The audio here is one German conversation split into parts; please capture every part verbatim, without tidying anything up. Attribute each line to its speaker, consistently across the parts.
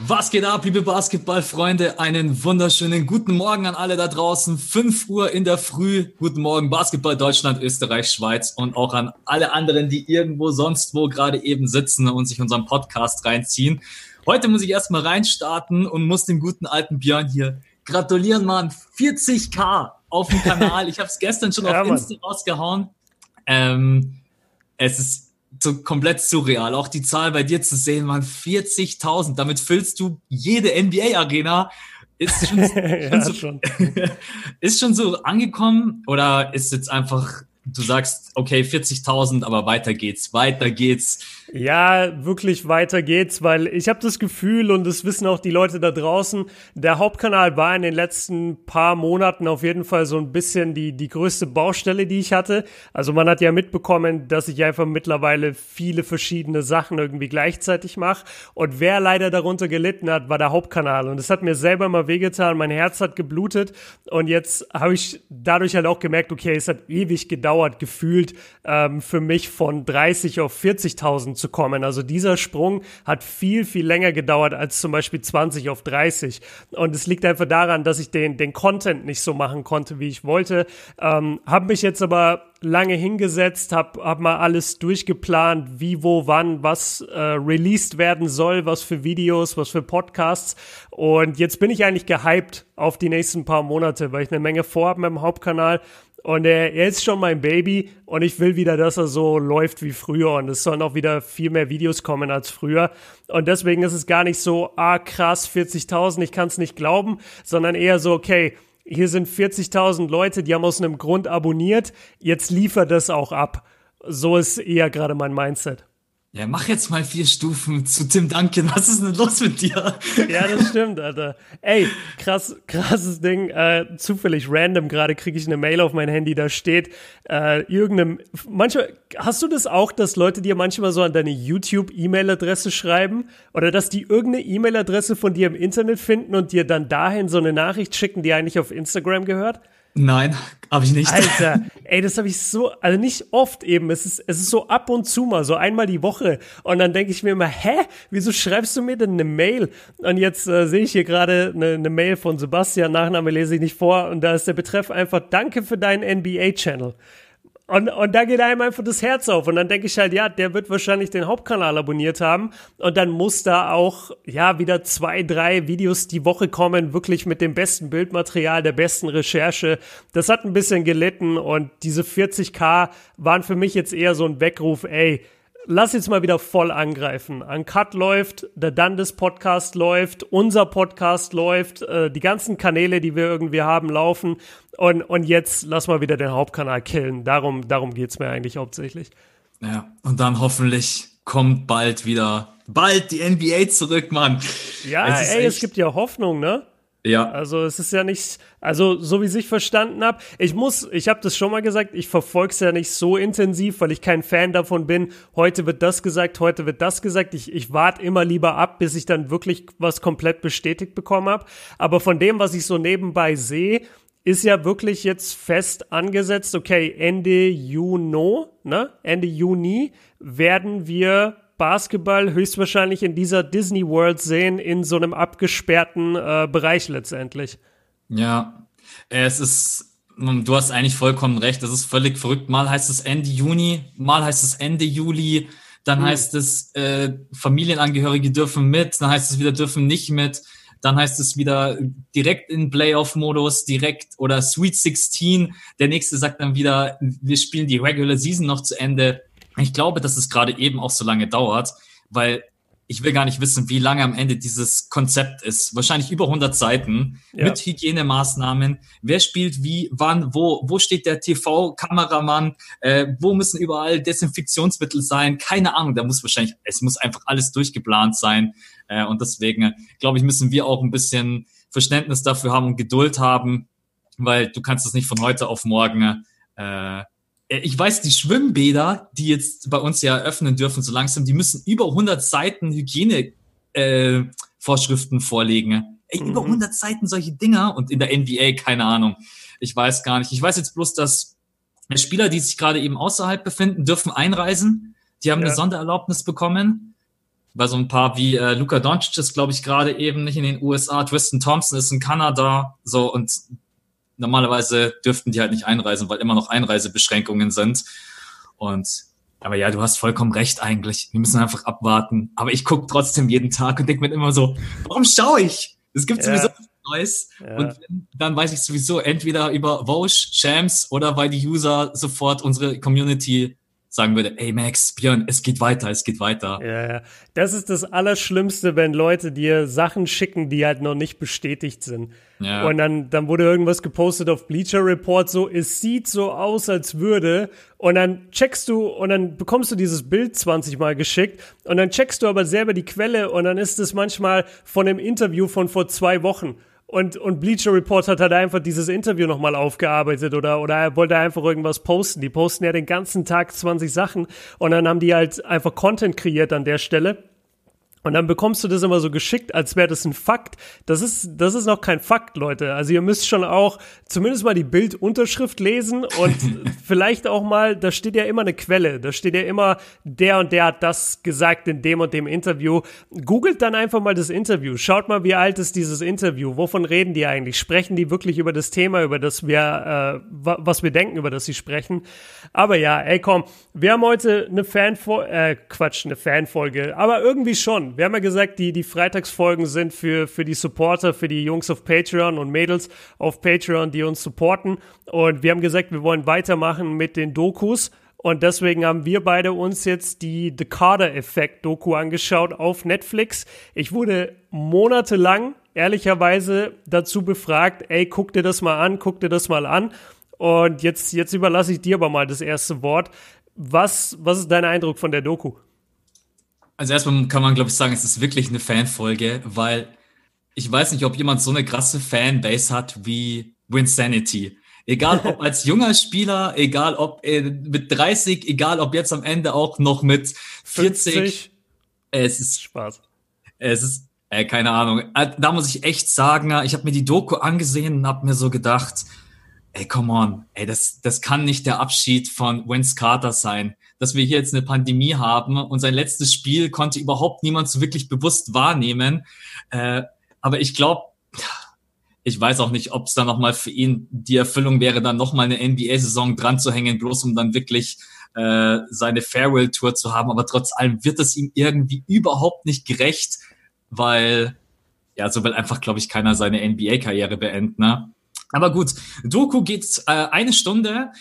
Speaker 1: Was geht ab, liebe Basketballfreunde? Einen wunderschönen guten Morgen an alle da draußen. fünf Uhr in der Früh. Guten Morgen, Basketball Deutschland, Österreich, Schweiz und auch an alle anderen, die irgendwo sonst wo gerade eben sitzen und sich unseren Podcast reinziehen. Heute muss ich erstmal reinstarten und muss dem guten alten Björn hier gratulieren, Mann. vierzig K auf dem Kanal. Ich habe es gestern schon ja, auf Insta rausgehauen. Ähm, es ist so komplett surreal. Auch die Zahl bei dir zu sehen, man, vierzigtausend. Damit füllst du jede N B A-Arena. Ist schon,
Speaker 2: ja,
Speaker 1: schon, so,
Speaker 2: schon.
Speaker 1: ist schon so angekommen oder ist jetzt einfach, du sagst, okay, vierzigtausend, aber weiter geht's, weiter geht's.
Speaker 2: Ja, wirklich weiter geht's, weil ich habe das Gefühl, und das wissen auch die Leute da draußen, der Hauptkanal war in den letzten paar Monaten auf jeden Fall so ein bisschen die die größte Baustelle, die ich hatte. Also man hat ja mitbekommen, dass ich einfach mittlerweile viele verschiedene Sachen irgendwie gleichzeitig mache. Und wer leider darunter gelitten hat, war der Hauptkanal. Und es hat mir selber immer wehgetan, mein Herz hat geblutet. Und jetzt habe ich dadurch halt auch gemerkt, okay, es hat ewig gedauert, gefühlt ähm, für mich von dreißig auf vierzigtausend zu kommen. Also dieser Sprung hat viel, viel länger gedauert als zum Beispiel zwanzig auf dreißig. Und es liegt einfach daran, dass ich den, den Content nicht so machen konnte, wie ich wollte. Ähm, habe mich jetzt aber lange hingesetzt, habe hab mal alles durchgeplant, wie, wo, wann, was äh, released werden soll, was für Videos, was für Podcasts. Und jetzt bin ich eigentlich gehypt auf die nächsten paar Monate, weil ich eine Menge vorhabe mit dem Hauptkanal. Und er, er ist schon mein Baby und ich will wieder, dass er so läuft wie früher und es sollen auch wieder viel mehr Videos kommen als früher und deswegen ist es gar nicht so, ah krass, vierzigtausend, ich kann es nicht glauben, sondern eher so, okay, hier sind vierzigtausend Leute, die haben aus einem Grund abonniert, jetzt liefert das auch ab. So ist eher gerade mein Mindset.
Speaker 1: Ja, mach jetzt mal vier Stufen zu Tim Duncan. Was ist denn los mit dir?
Speaker 2: Ja, das stimmt, Alter. Ey, krass, krasses Ding. Äh, zufällig, random, gerade kriege ich eine Mail auf mein Handy, da steht äh, irgendeinem, manchmal, hast du das auch, dass Leute dir manchmal so an deine YouTube-E-Mail-Adresse schreiben? Oder dass die irgendeine E-Mail-Adresse von dir im Internet finden und dir dann dahin so eine Nachricht schicken, die eigentlich auf Instagram gehört?
Speaker 1: Nein, habe ich nicht.
Speaker 2: Alter, ey, das habe ich so, also nicht oft eben, es ist, es ist so ab und zu mal, so einmal die Woche und dann denke ich mir immer, hä, wieso schreibst du mir denn eine Mail? Und jetzt äh, sehe ich hier gerade eine, eine Mail von Sebastian, Nachname lese ich nicht vor und da ist der Betreff einfach, danke für deinen N B A-Channel. Und, und da geht einem einfach das Herz auf. Und dann denke ich halt, ja, der wird wahrscheinlich den Hauptkanal abonniert haben. Und dann muss da auch, ja, wieder zwei, drei Videos die Woche kommen, wirklich mit dem besten Bildmaterial, der besten Recherche. Das hat ein bisschen gelitten. Und diese vierzig K waren für mich jetzt eher so ein Weckruf, ey, lass jetzt mal wieder voll angreifen. Uncut läuft, der Dundas Podcast läuft, unser Podcast läuft, äh, die ganzen Kanäle, die wir irgendwie haben, laufen. Und, und jetzt lass mal wieder den Hauptkanal killen. Darum, darum geht's mir eigentlich hauptsächlich.
Speaker 1: Ja, und dann hoffentlich kommt bald wieder, bald die N B A zurück, Mann.
Speaker 2: Ja, es ey, es gibt ja Hoffnung, ne?
Speaker 1: Ja.
Speaker 2: Also es ist ja nicht, also so wie ich verstanden habe, ich muss, ich habe das schon mal gesagt, ich verfolge es ja nicht so intensiv, weil ich kein Fan davon bin, heute wird das gesagt, heute wird das gesagt, ich, ich warte immer lieber ab, bis ich dann wirklich was komplett bestätigt bekommen habe, aber von dem, was ich so nebenbei sehe, ist ja wirklich jetzt fest angesetzt, okay, Ende Juni, ne, Ende Juni werden wir Basketball höchstwahrscheinlich in dieser Disney World sehen, in so einem abgesperrten äh, Bereich letztendlich.
Speaker 1: Ja, es ist, du hast eigentlich vollkommen recht, das ist völlig verrückt. Mal heißt es Ende Juni, mal heißt es Ende Juli, dann hm. heißt es, äh, Familienangehörige dürfen mit, dann heißt es wieder, dürfen nicht mit, dann heißt es wieder direkt in Playoff-Modus, direkt oder Sweet sechzehn, der nächste sagt dann wieder, wir spielen die Regular Season noch zu Ende. Ich glaube, dass es gerade eben auch so lange dauert, weil ich will gar nicht wissen, wie lange am Ende dieses Konzept ist. Wahrscheinlich über hundert Seiten ja. mit Hygienemaßnahmen. Wer spielt wie, wann, wo, wo steht der T V-Kameramann, äh, wo müssen überall Desinfektionsmittel sein? Keine Ahnung, da muss wahrscheinlich, es muss einfach alles durchgeplant sein. Äh, und deswegen, glaube ich, müssen wir auch ein bisschen Verständnis dafür haben und Geduld haben, weil du kannst es nicht von heute auf morgen äh, ich weiß, die Schwimmbäder, die jetzt bei uns ja öffnen dürfen so langsam, die müssen über hundert Seiten Hygienevorschriften äh, vorlegen. Ey, mhm. über hundert Seiten solche Dinger und in der N B A, keine Ahnung. Ich weiß gar nicht. Ich weiß jetzt bloß, dass Spieler, die sich gerade eben außerhalb befinden, dürfen einreisen. Die haben ja. eine Sondererlaubnis bekommen. bei so ein paar wie äh, Luka Doncic ist, glaube ich, gerade eben nicht in den U S A, Tristan Thompson ist in Kanada, so, und normalerweise dürften die halt nicht einreisen, weil immer noch Einreisebeschränkungen sind. Und aber ja, du hast vollkommen recht eigentlich. Wir müssen einfach abwarten. Aber ich gucke trotzdem jeden Tag und denke mir immer so, warum schaue ich? Es gibt ja sowieso nichts Neues. Ja. Und dann weiß ich sowieso entweder über Vogue, Shams oder weil die User sofort unsere Community sagen würde, ey Max, Björn, es geht weiter, es geht weiter.
Speaker 2: Ja, ja. Das ist das Allerschlimmste, wenn Leute dir Sachen schicken, die halt noch nicht bestätigt sind. Ja. Und dann, dann wurde irgendwas gepostet auf Bleacher Report, so, es sieht so aus, als würde, und dann checkst du, und dann bekommst du dieses Bild zwanzig Mal geschickt, und dann checkst du aber selber die Quelle, und dann ist es manchmal von einem Interview von vor zwei Wochen. Und, und Bleacher Report hat halt einfach dieses Interview nochmal aufgearbeitet oder, oder er wollte einfach irgendwas posten. Die posten ja den ganzen Tag zwanzig Sachen und dann haben die halt einfach Content kreiert an der Stelle. Und dann bekommst du das immer so geschickt, als wäre das ein Fakt. Das ist, das ist noch kein Fakt, Leute. Also ihr müsst schon auch zumindest mal die Bildunterschrift lesen und vielleicht auch mal, da steht ja immer eine Quelle. Da steht ja immer, der und der hat das gesagt in dem und dem Interview. Googelt dann einfach mal das Interview. Schaut mal, wie alt ist dieses Interview. Wovon reden die eigentlich? Sprechen die wirklich über das Thema, über das wir, äh, was wir denken, über das sie sprechen? Aber ja, ey komm, wir haben heute eine Fanfolge, äh, Quatsch, eine Fanfolge, aber irgendwie schon. Wir haben ja gesagt, die, die Freitagsfolgen sind für, für die Supporter, für die Jungs auf Patreon und Mädels auf Patreon, die uns supporten. Und wir haben gesagt, wir wollen weitermachen mit den Dokus. Und deswegen haben wir beide uns jetzt die The Carter-Effekt-Doku angeschaut auf Netflix. Ich wurde monatelang, ehrlicherweise, dazu befragt, ey, guck dir das mal an, guck dir das mal an. Und jetzt, jetzt überlasse ich dir aber mal das erste Wort. Was, was ist dein Eindruck von der Doku?
Speaker 1: Also erstmal kann man, glaube ich, sagen, es ist wirklich eine Fanfolge, weil ich weiß nicht, ob jemand so eine krasse Fanbase hat wie Winsanity. Egal ob als junger Spieler, egal ob äh, mit dreißig, egal ob jetzt am Ende auch noch mit vierzig. fünfzig. Es ist Spaß. Es ist, äh, keine Ahnung. Da muss ich echt sagen, ich habe mir die Doku angesehen und habe mir so gedacht, ey, come on, ey, das, das kann nicht der Abschied von Vince Carter sein, dass wir hier jetzt eine Pandemie haben und sein letztes Spiel konnte überhaupt niemand so wirklich bewusst wahrnehmen. Äh, aber ich glaube, ich weiß auch nicht, ob es dann nochmal für ihn die Erfüllung wäre, dann nochmal eine N B A-Saison dran zu hängen, bloß um dann wirklich äh, seine Farewell-Tour zu haben. Aber trotz allem wird es ihm irgendwie überhaupt nicht gerecht, weil, ja, so will einfach, glaube ich, keiner seine N B A-Karriere beenden, ne? Aber gut, Doku geht äh, eine Stunde.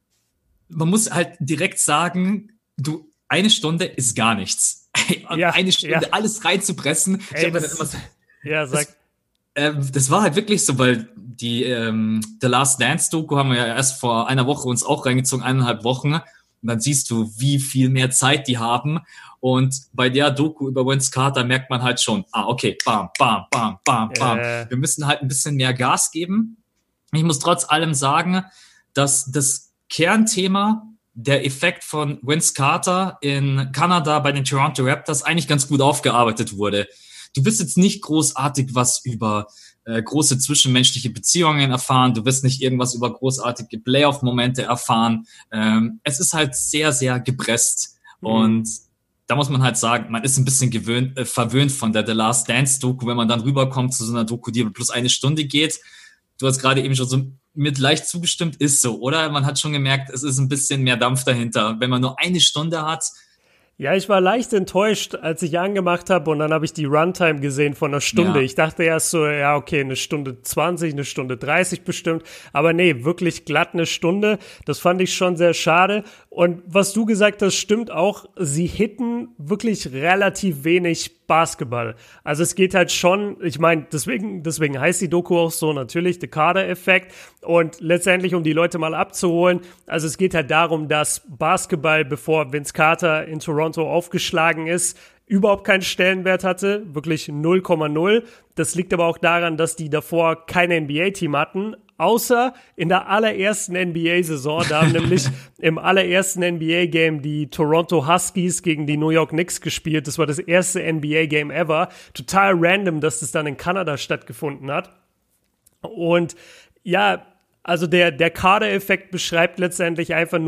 Speaker 1: Man muss halt direkt sagen, du, eine Stunde ist gar nichts. Ja, eine Stunde ja. Alles reinzupressen.
Speaker 2: Ey, ich das, dann immer so, ja, sag.
Speaker 1: Das, äh, das war halt wirklich so, weil die ähm, The Last Dance Doku haben wir ja erst vor einer Woche uns auch reingezogen, eineinhalb Wochen. Und dann siehst du, wie viel mehr Zeit die haben. Und bei der Doku über Vince Carter merkt man halt schon, ah, okay, bam, bam, bam, bam, bam. Äh. Wir müssen halt ein bisschen mehr Gas geben. Ich muss trotz allem sagen, dass das Kernthema, der Effekt von Vince Carter in Kanada bei den Toronto Raptors eigentlich ganz gut aufgearbeitet wurde. Du wirst jetzt nicht großartig was über äh, große zwischenmenschliche Beziehungen erfahren. Du wirst nicht irgendwas über großartige Playoff-Momente erfahren. Ähm, es ist halt sehr, sehr gepresst. Mhm. Und da muss man halt sagen, man ist ein bisschen gewöhnt, äh, verwöhnt von der The Last Dance Doku, wenn man dann rüberkommt zu so einer Doku, die plus eine Stunde geht. Du hast gerade eben schon so mit leicht zugestimmt, ist so, oder? Man hat schon gemerkt, es ist ein bisschen mehr Dampf dahinter. Wenn man nur eine Stunde hat.
Speaker 2: Ja, ich war leicht enttäuscht, als ich angemacht habe und dann habe ich die Runtime gesehen von einer Stunde. Ja. Ich dachte erst so, ja, okay, eine Stunde zwanzig, eine Stunde dreißig bestimmt. Aber nee, wirklich glatt eine Stunde. Das fand ich schon sehr schade. Und was du gesagt hast, stimmt auch. Sie hitten wirklich relativ wenig Basketball. Also es geht halt schon, ich meine, deswegen, deswegen heißt die Doku auch so natürlich, The Carter-Effekt. Und letztendlich, um die Leute mal abzuholen, also es geht halt darum, dass Basketball, bevor Vince Carter in Toronto aufgeschlagen ist, überhaupt keinen Stellenwert hatte, wirklich null Komma null. Das liegt aber auch daran, dass die davor kein N B A-Team hatten, außer in der allerersten N B A-Saison. Da haben nämlich im allerersten N B A-Game die Toronto Huskies gegen die New York Knicks gespielt. Das war das erste N B A-Game ever. Total random, dass das dann in Kanada stattgefunden hat. Und ja, also der, der Carter-Effekt beschreibt letztendlich einfach nur,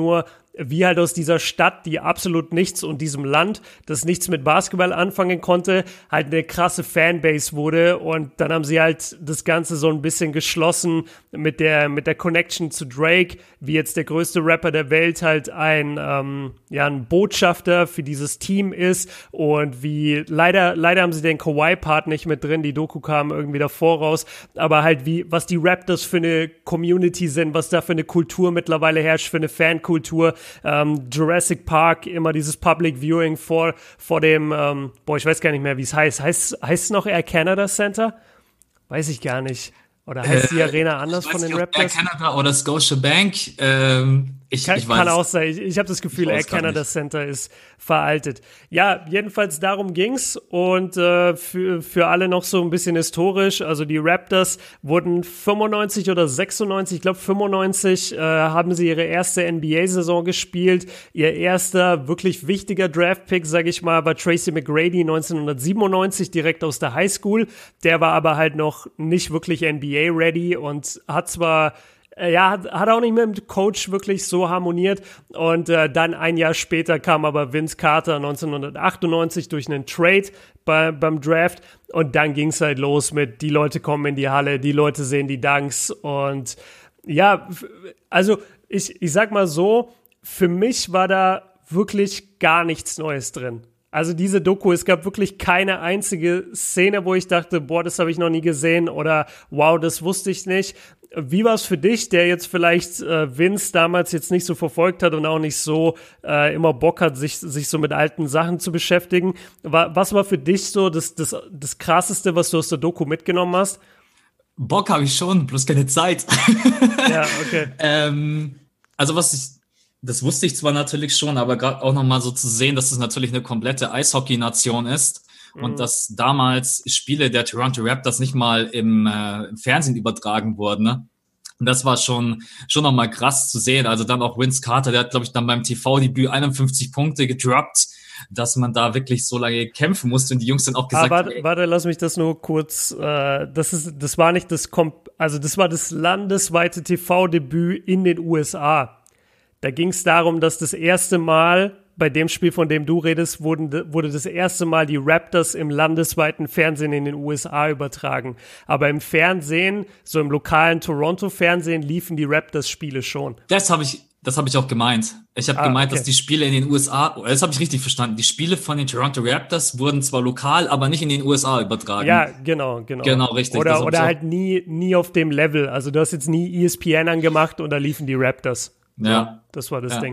Speaker 2: wie halt aus dieser Stadt, die absolut nichts und diesem Land, das nichts mit Basketball anfangen konnte, halt eine krasse Fanbase wurde und dann haben sie halt das Ganze so ein bisschen geschlossen mit der, mit der Connection zu Drake, wie jetzt der größte Rapper der Welt halt ein, ähm, ja, ein Botschafter für dieses Team ist und wie, leider, leider haben sie den Kawhi-Part nicht mit drin, die Doku kam irgendwie davor raus, aber halt wie, was die Raptors für eine Community sind, was da für eine Kultur mittlerweile herrscht, für eine Fankultur, ähm, Jurassic Park, immer dieses Public Viewing vor, vor dem, ähm, boah, ich weiß gar nicht mehr, wie es heißt. Heißt, heißt es noch Air Canada Center? Weiß ich gar nicht. Oder heißt äh, die Arena anders von den Raptors?
Speaker 1: Air Canada oder Scotiabank, ähm, Ich,
Speaker 2: kann,
Speaker 1: ich weiß,
Speaker 2: kann auch sein. Ich, ich habe das Gefühl, Air Canada Center ist veraltet. Ja, jedenfalls darum ging's und äh, für, für alle noch so ein bisschen historisch. Also die Raptors wurden fünfundneunzig oder sechsundneunzig, ich glaube fünfundneunzig, äh, haben sie ihre erste N B A-Saison gespielt. Ihr erster wirklich wichtiger Draft-Pick, sage ich mal, war Tracy McGrady neunzehnhundertsiebenundneunzig, direkt aus der Highschool. Der war aber halt noch nicht wirklich N B A-ready und hat zwar Ja, hat, hat auch nicht mit dem Coach wirklich so harmoniert und äh, dann ein Jahr später kam aber Vince Carter neunzehnhundertachtundneunzig durch einen Trade bei, beim Draft und dann ging es halt los mit, die Leute kommen in die Halle, die Leute sehen die Dunks und ja, also ich, ich sag mal so, für mich war da wirklich gar nichts Neues drin. Also diese Doku, es gab wirklich keine einzige Szene, wo ich dachte, boah, das habe ich noch nie gesehen oder wow, das wusste ich nicht. Wie war es für dich, der jetzt vielleicht äh, Vince damals jetzt nicht so verfolgt hat und auch nicht so äh, immer Bock hat, sich, sich so mit alten Sachen zu beschäftigen? War, was war für dich so das, das, das Krasseste, was du aus der Doku mitgenommen hast?
Speaker 1: Bock habe ich schon, bloß keine Zeit.
Speaker 2: Ja, okay.
Speaker 1: ähm, also was ich Das wusste ich zwar natürlich schon, aber gerade auch nochmal so zu sehen, dass es natürlich eine komplette Eishockey-Nation ist mhm. und dass damals Spiele der Toronto Raptors nicht mal im, äh, im Fernsehen übertragen wurden. Ne? Und das war schon schon nochmal krass zu sehen. Also dann auch Vince Carter, der hat, glaube ich, dann beim T V-Debüt einundfünfzig Punkte gedroppt, dass man da wirklich so lange kämpfen musste. Und die Jungs dann auch gesagt...
Speaker 2: Ah, warte, ey, warte, lass mich das nur kurz... Äh, das ist, das war nicht das... Kom- also das war das landesweite T V-Debüt in den U S A. Da ging es darum, dass das erste Mal, bei dem Spiel, von dem du redest, wurden, wurde das erste Mal die Raptors im landesweiten Fernsehen in den U S A übertragen. Aber im Fernsehen, so im lokalen Toronto-Fernsehen, liefen die Raptors-Spiele schon.
Speaker 1: Das habe ich, das habe ich auch gemeint. Ich habe ah, gemeint, okay. dass die Spiele in den U S A, das habe ich richtig verstanden, die Spiele von den Toronto Raptors wurden zwar lokal, aber nicht in den U S A übertragen.
Speaker 2: Ja, genau, genau.
Speaker 1: Genau, richtig.
Speaker 2: Oder, oder halt nie, nie auf dem Level. Also du hast jetzt nie E S P N angemacht und da liefen die Raptors.
Speaker 1: Ja.
Speaker 2: ja, das war das
Speaker 1: ja.
Speaker 2: Ding.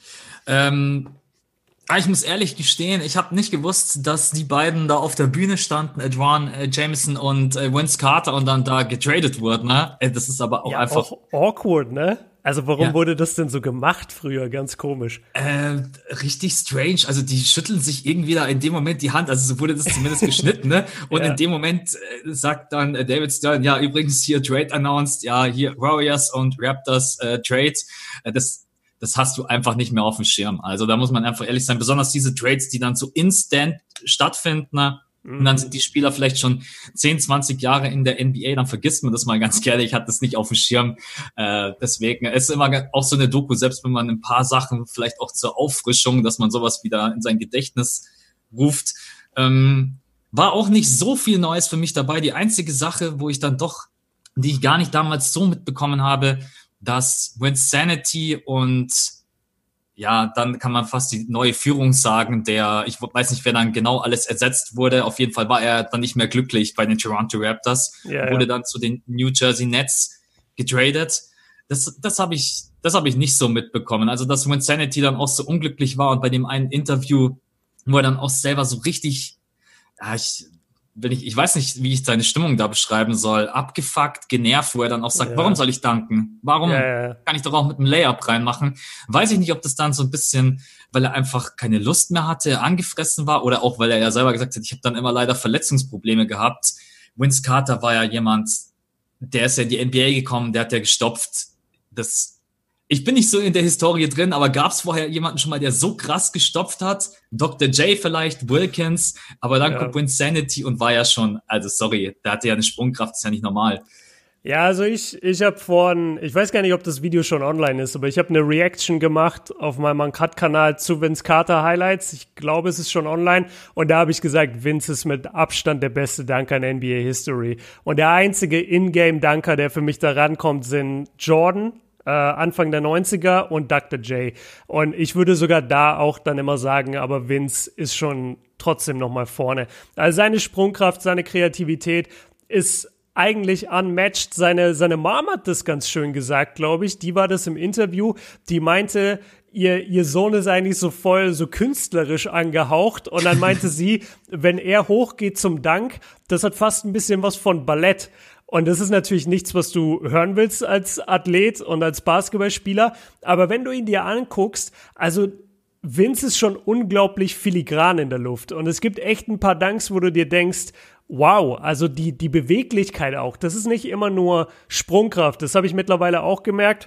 Speaker 1: Ähm, ich muss ehrlich gestehen, ich habe nicht gewusst, dass die beiden da auf der Bühne standen, Edwan äh, Jameson und äh, Vince Carter und dann da getradet wurden. Ne? Das ist aber auch
Speaker 2: ja,
Speaker 1: einfach...
Speaker 2: auch awkward, ne? Also warum ja. wurde das denn so gemacht früher? Ganz komisch.
Speaker 1: Äh, richtig strange. Also die schütteln sich irgendwie da in dem Moment die Hand. Also so wurde das zumindest geschnitten, ne? Und ja. in dem Moment äh, sagt dann äh, David Stern, ja, übrigens hier Trade announced, ja, hier Warriors und Raptors äh, Trade. Äh, das, das hast du einfach nicht mehr auf dem Schirm. Also da muss man einfach ehrlich sein. Besonders diese Trades, die dann so instant stattfinden, ne? Und dann sind die Spieler vielleicht schon zehn, zwanzig Jahre in der N B A, dann vergisst man das mal ganz gerne. Ich hatte das nicht auf dem Schirm. Äh, deswegen es ist immer auch so eine Doku, selbst wenn man ein paar Sachen vielleicht auch zur Auffrischung, dass man sowas wieder in sein Gedächtnis ruft. Ähm, war auch nicht so viel Neues für mich dabei. Die einzige Sache, wo ich dann doch, die ich gar nicht damals so mitbekommen habe, dass Winsanity und ja, dann kann man fast die neue Führung sagen, der, ich weiß nicht, wer dann genau alles ersetzt wurde. Auf jeden Fall war er dann nicht mehr glücklich bei den Toronto Raptors. Ja, wurde ja. dann zu den New Jersey Nets getradet. Das, das habe ich, das habe ich nicht so mitbekommen. Also, dass Winsanity dann auch so unglücklich war und bei dem einen Interview, wo er dann auch selber so richtig, ja, ich, wenn ich, ich weiß nicht, wie ich seine Stimmung da beschreiben soll, abgefuckt, genervt, wo er dann auch sagt, ja. warum soll ich danken? Warum ja, ja. kann ich doch auch mit einem Layup reinmachen? Weiß ich nicht, ob das dann so ein bisschen, weil er einfach keine Lust mehr hatte, angefressen war oder auch, weil er ja selber gesagt hat, ich habe dann immer leider Verletzungsprobleme gehabt. Vince Carter war ja jemand, der ist ja in die N B A gekommen, der hat ja gestopft. Das Ich bin nicht so in der Historie drin, aber gab es vorher jemanden schon mal, der so krass gestopft hat? Doktor J vielleicht, Wilkins, aber dann ja. kommt Winsanity und war ja schon, also sorry, der hatte ja eine Sprungkraft, ist ja nicht normal.
Speaker 2: Ja, also ich, ich habe vorhin, ich weiß gar nicht, ob das Video schon online ist, aber ich habe eine Reaction gemacht auf meinem Uncut-Kanal zu Vince Carter Highlights. Ich glaube, es ist schon online. Und da habe ich gesagt, Vince ist mit Abstand der beste Dunker in N B A History. Und der einzige In-Game-Dunker, der für mich da rankommt, sind Jordan, äh, Anfang der neunziger und Doktor J. Und ich würde sogar da auch dann immer sagen, aber Vince ist schon trotzdem nochmal vorne. Also seine Sprungkraft, seine Kreativität ist eigentlich unmatched. Seine, seine Mom hat das ganz schön gesagt, glaube ich. Die war das im Interview. Die meinte, ihr, ihr Sohn ist eigentlich so voll, so künstlerisch angehaucht. Und dann meinte sie, wenn er hochgeht zum Dank, das hat fast ein bisschen was von Ballett. Und das ist natürlich nichts, was du hören willst als Athlet und als Basketballspieler. Aber wenn du ihn dir anguckst, also Vince ist schon unglaublich filigran in der Luft. Und es gibt echt ein paar Dunks, wo du dir denkst, wow, also die, die Beweglichkeit auch, das ist nicht immer nur Sprungkraft. Das habe ich mittlerweile auch gemerkt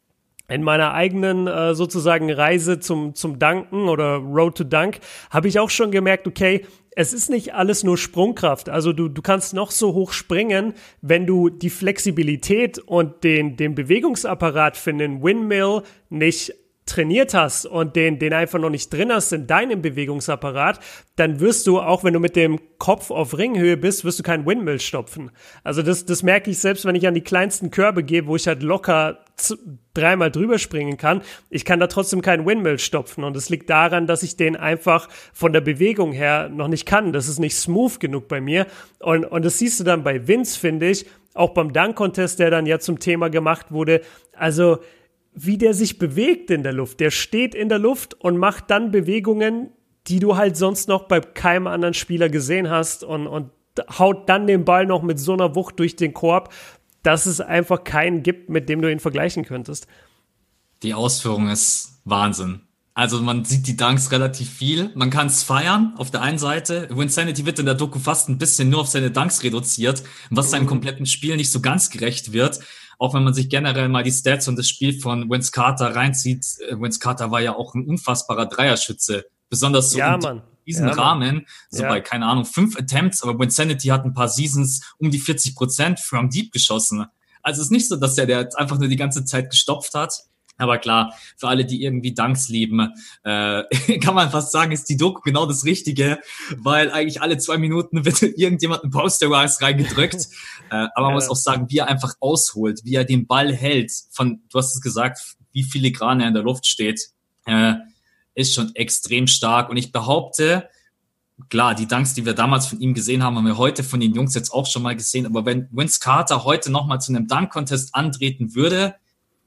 Speaker 2: in meiner eigenen äh, sozusagen Reise zum, zum Dunken oder Road to Dunk, habe ich auch schon gemerkt, okay, es ist nicht alles nur Sprungkraft. Also du, du kannst noch so hoch springen, wenn du die Flexibilität und den, den Bewegungsapparat für einen Windmill nicht trainiert hast und den, den einfach noch nicht drin hast in deinem Bewegungsapparat, dann wirst du, auch wenn du mit dem Kopf auf Ringhöhe bist, wirst du keinen Windmill stopfen. Also das, das merke ich selbst, wenn ich an die kleinsten Körbe gehe, wo ich halt locker z- dreimal drüber springen kann. Ich kann da trotzdem keinen Windmill stopfen und es liegt daran, dass ich den einfach von der Bewegung her noch nicht kann. Das ist nicht smooth genug bei mir und, und das siehst du dann bei Vince, finde ich, auch beim Dunk-Contest, der dann ja zum Thema gemacht wurde. Also wie der sich bewegt in der Luft. Der steht in der Luft und macht dann Bewegungen, die du halt sonst noch bei keinem anderen Spieler gesehen hast und, und haut dann den Ball noch mit so einer Wucht durch den Korb, dass es einfach keinen gibt, mit dem du ihn vergleichen könntest.
Speaker 1: Die Ausführung ist Wahnsinn. Also man sieht die Dunks relativ viel. Man kann es feiern auf der einen Seite. Winsanity wird in der Doku fast ein bisschen nur auf seine Dunks reduziert, was seinem kompletten Spiel nicht so ganz gerecht wird. Auch wenn man sich generell mal die Stats und das Spiel von Vince Carter reinzieht. Vince Carter war ja auch ein unfassbarer Dreierschütze. Besonders so
Speaker 2: ja,
Speaker 1: in
Speaker 2: Mann.
Speaker 1: diesem
Speaker 2: ja,
Speaker 1: Rahmen.
Speaker 2: Mann.
Speaker 1: So
Speaker 2: ja.
Speaker 1: bei, keine Ahnung, fünf Attempts. Aber Winsanity hat ein paar Seasons um die vierzig Prozent from deep geschossen. Also es ist nicht so, dass der, der jetzt einfach nur die ganze Zeit gestopft hat. Aber klar, für alle, die irgendwie Dunks lieben, äh, kann man fast sagen, ist die Doku genau das Richtige, weil eigentlich alle zwei Minuten wird irgendjemand ein Posterized reingedrückt. äh, aber man ja. muss auch sagen, wie er einfach ausholt, wie er den Ball hält, von, du hast es gesagt, wie filigran er in der Luft steht, äh, ist schon extrem stark. Und ich behaupte, klar, die Dunks, die wir damals von ihm gesehen haben, haben wir heute von den Jungs jetzt auch schon mal gesehen. Aber wenn Vince Carter heute nochmal zu einem Dunk-Contest antreten würde,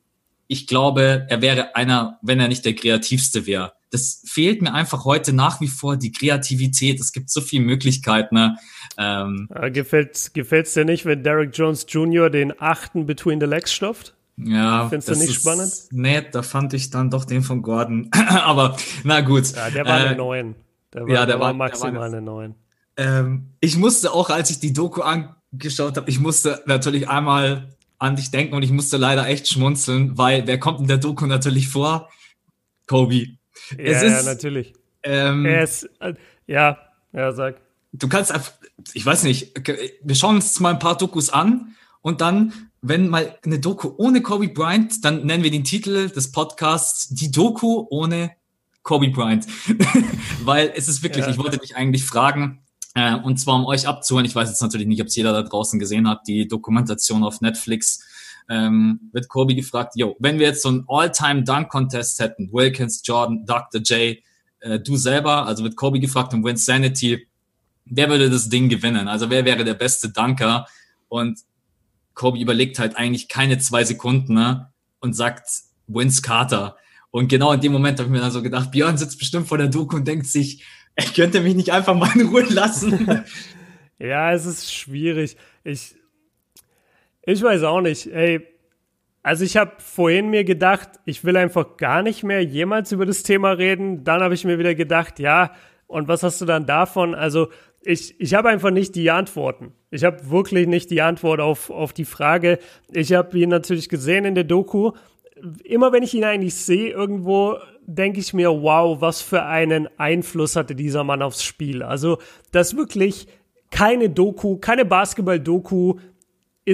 Speaker 1: ich glaube, er wäre einer, wenn er nicht der kreativste wäre. Das fehlt mir einfach heute nach wie vor, die Kreativität. Es gibt so viele Möglichkeiten. Ne? Ähm,
Speaker 2: ja, gefällt, gefällt's dir nicht, wenn Derrick Jones Junior den achten Between the Legs stopft?
Speaker 1: Ja.
Speaker 2: Findest du nicht ist, spannend?
Speaker 1: Nee, da fand ich dann doch den von Gordon. Aber na gut.
Speaker 2: Ja, der war äh, eine neun. Der war,
Speaker 1: ja, der,
Speaker 2: der war
Speaker 1: war
Speaker 2: maximal
Speaker 1: der war,
Speaker 2: eine neun.
Speaker 1: Ähm, ich musste auch, als ich die Doku angeschaut habe, ich musste natürlich einmal an dich denken und ich musste leider echt schmunzeln, weil wer kommt in der Doku natürlich vor? Kobe.
Speaker 2: Ja,
Speaker 1: es
Speaker 2: ist,
Speaker 1: ist,
Speaker 2: ja natürlich.
Speaker 1: Ähm,
Speaker 2: er ist, äh, ja, ja, sag.
Speaker 1: Du kannst einfach, ich weiß nicht, wir schauen uns mal ein paar Dokus an und dann, wenn mal eine Doku ohne Kobe Bryant, dann nennen wir den Titel des Podcasts die Doku ohne Kobe Bryant. Weil es ist wirklich, ja. ich wollte dich eigentlich fragen, äh, und zwar um euch abzuholen, ich weiß jetzt natürlich nicht, ob es jeder da draußen gesehen hat, die Dokumentation auf Netflix, ähm, wird Kobe gefragt, yo, wenn wir jetzt so einen All-Time-Dunk-Contest hätten, Wilkins, Jordan, Doktor J, äh, du selber, also wird Kobe gefragt um Winsanity, wer würde das Ding gewinnen? Also wer wäre der beste Dunker? Und Kobe überlegt halt eigentlich keine zwei Sekunden, ne? Und sagt Vince Carter. Und genau in dem Moment habe ich mir dann so gedacht, Björn sitzt bestimmt vor der Doku und denkt sich, er könnte mich nicht einfach mal in Ruhe lassen.
Speaker 2: Ja, es ist schwierig. Ich, ich weiß auch nicht. Ey, also ich habe vorhin mir gedacht, ich will einfach gar nicht mehr jemals über das Thema reden. Dann habe ich mir wieder gedacht, ja, und was hast du dann davon? Also ich, ich habe einfach nicht die Antworten. Ich habe wirklich nicht die Antwort auf, auf die Frage. Ich habe ihn natürlich gesehen in der Doku. Immer wenn ich ihn eigentlich sehe irgendwo, denke ich mir, wow, was für einen Einfluss hatte dieser Mann aufs Spiel. Also, dass wirklich keine Doku, keine Basketball-Doku ist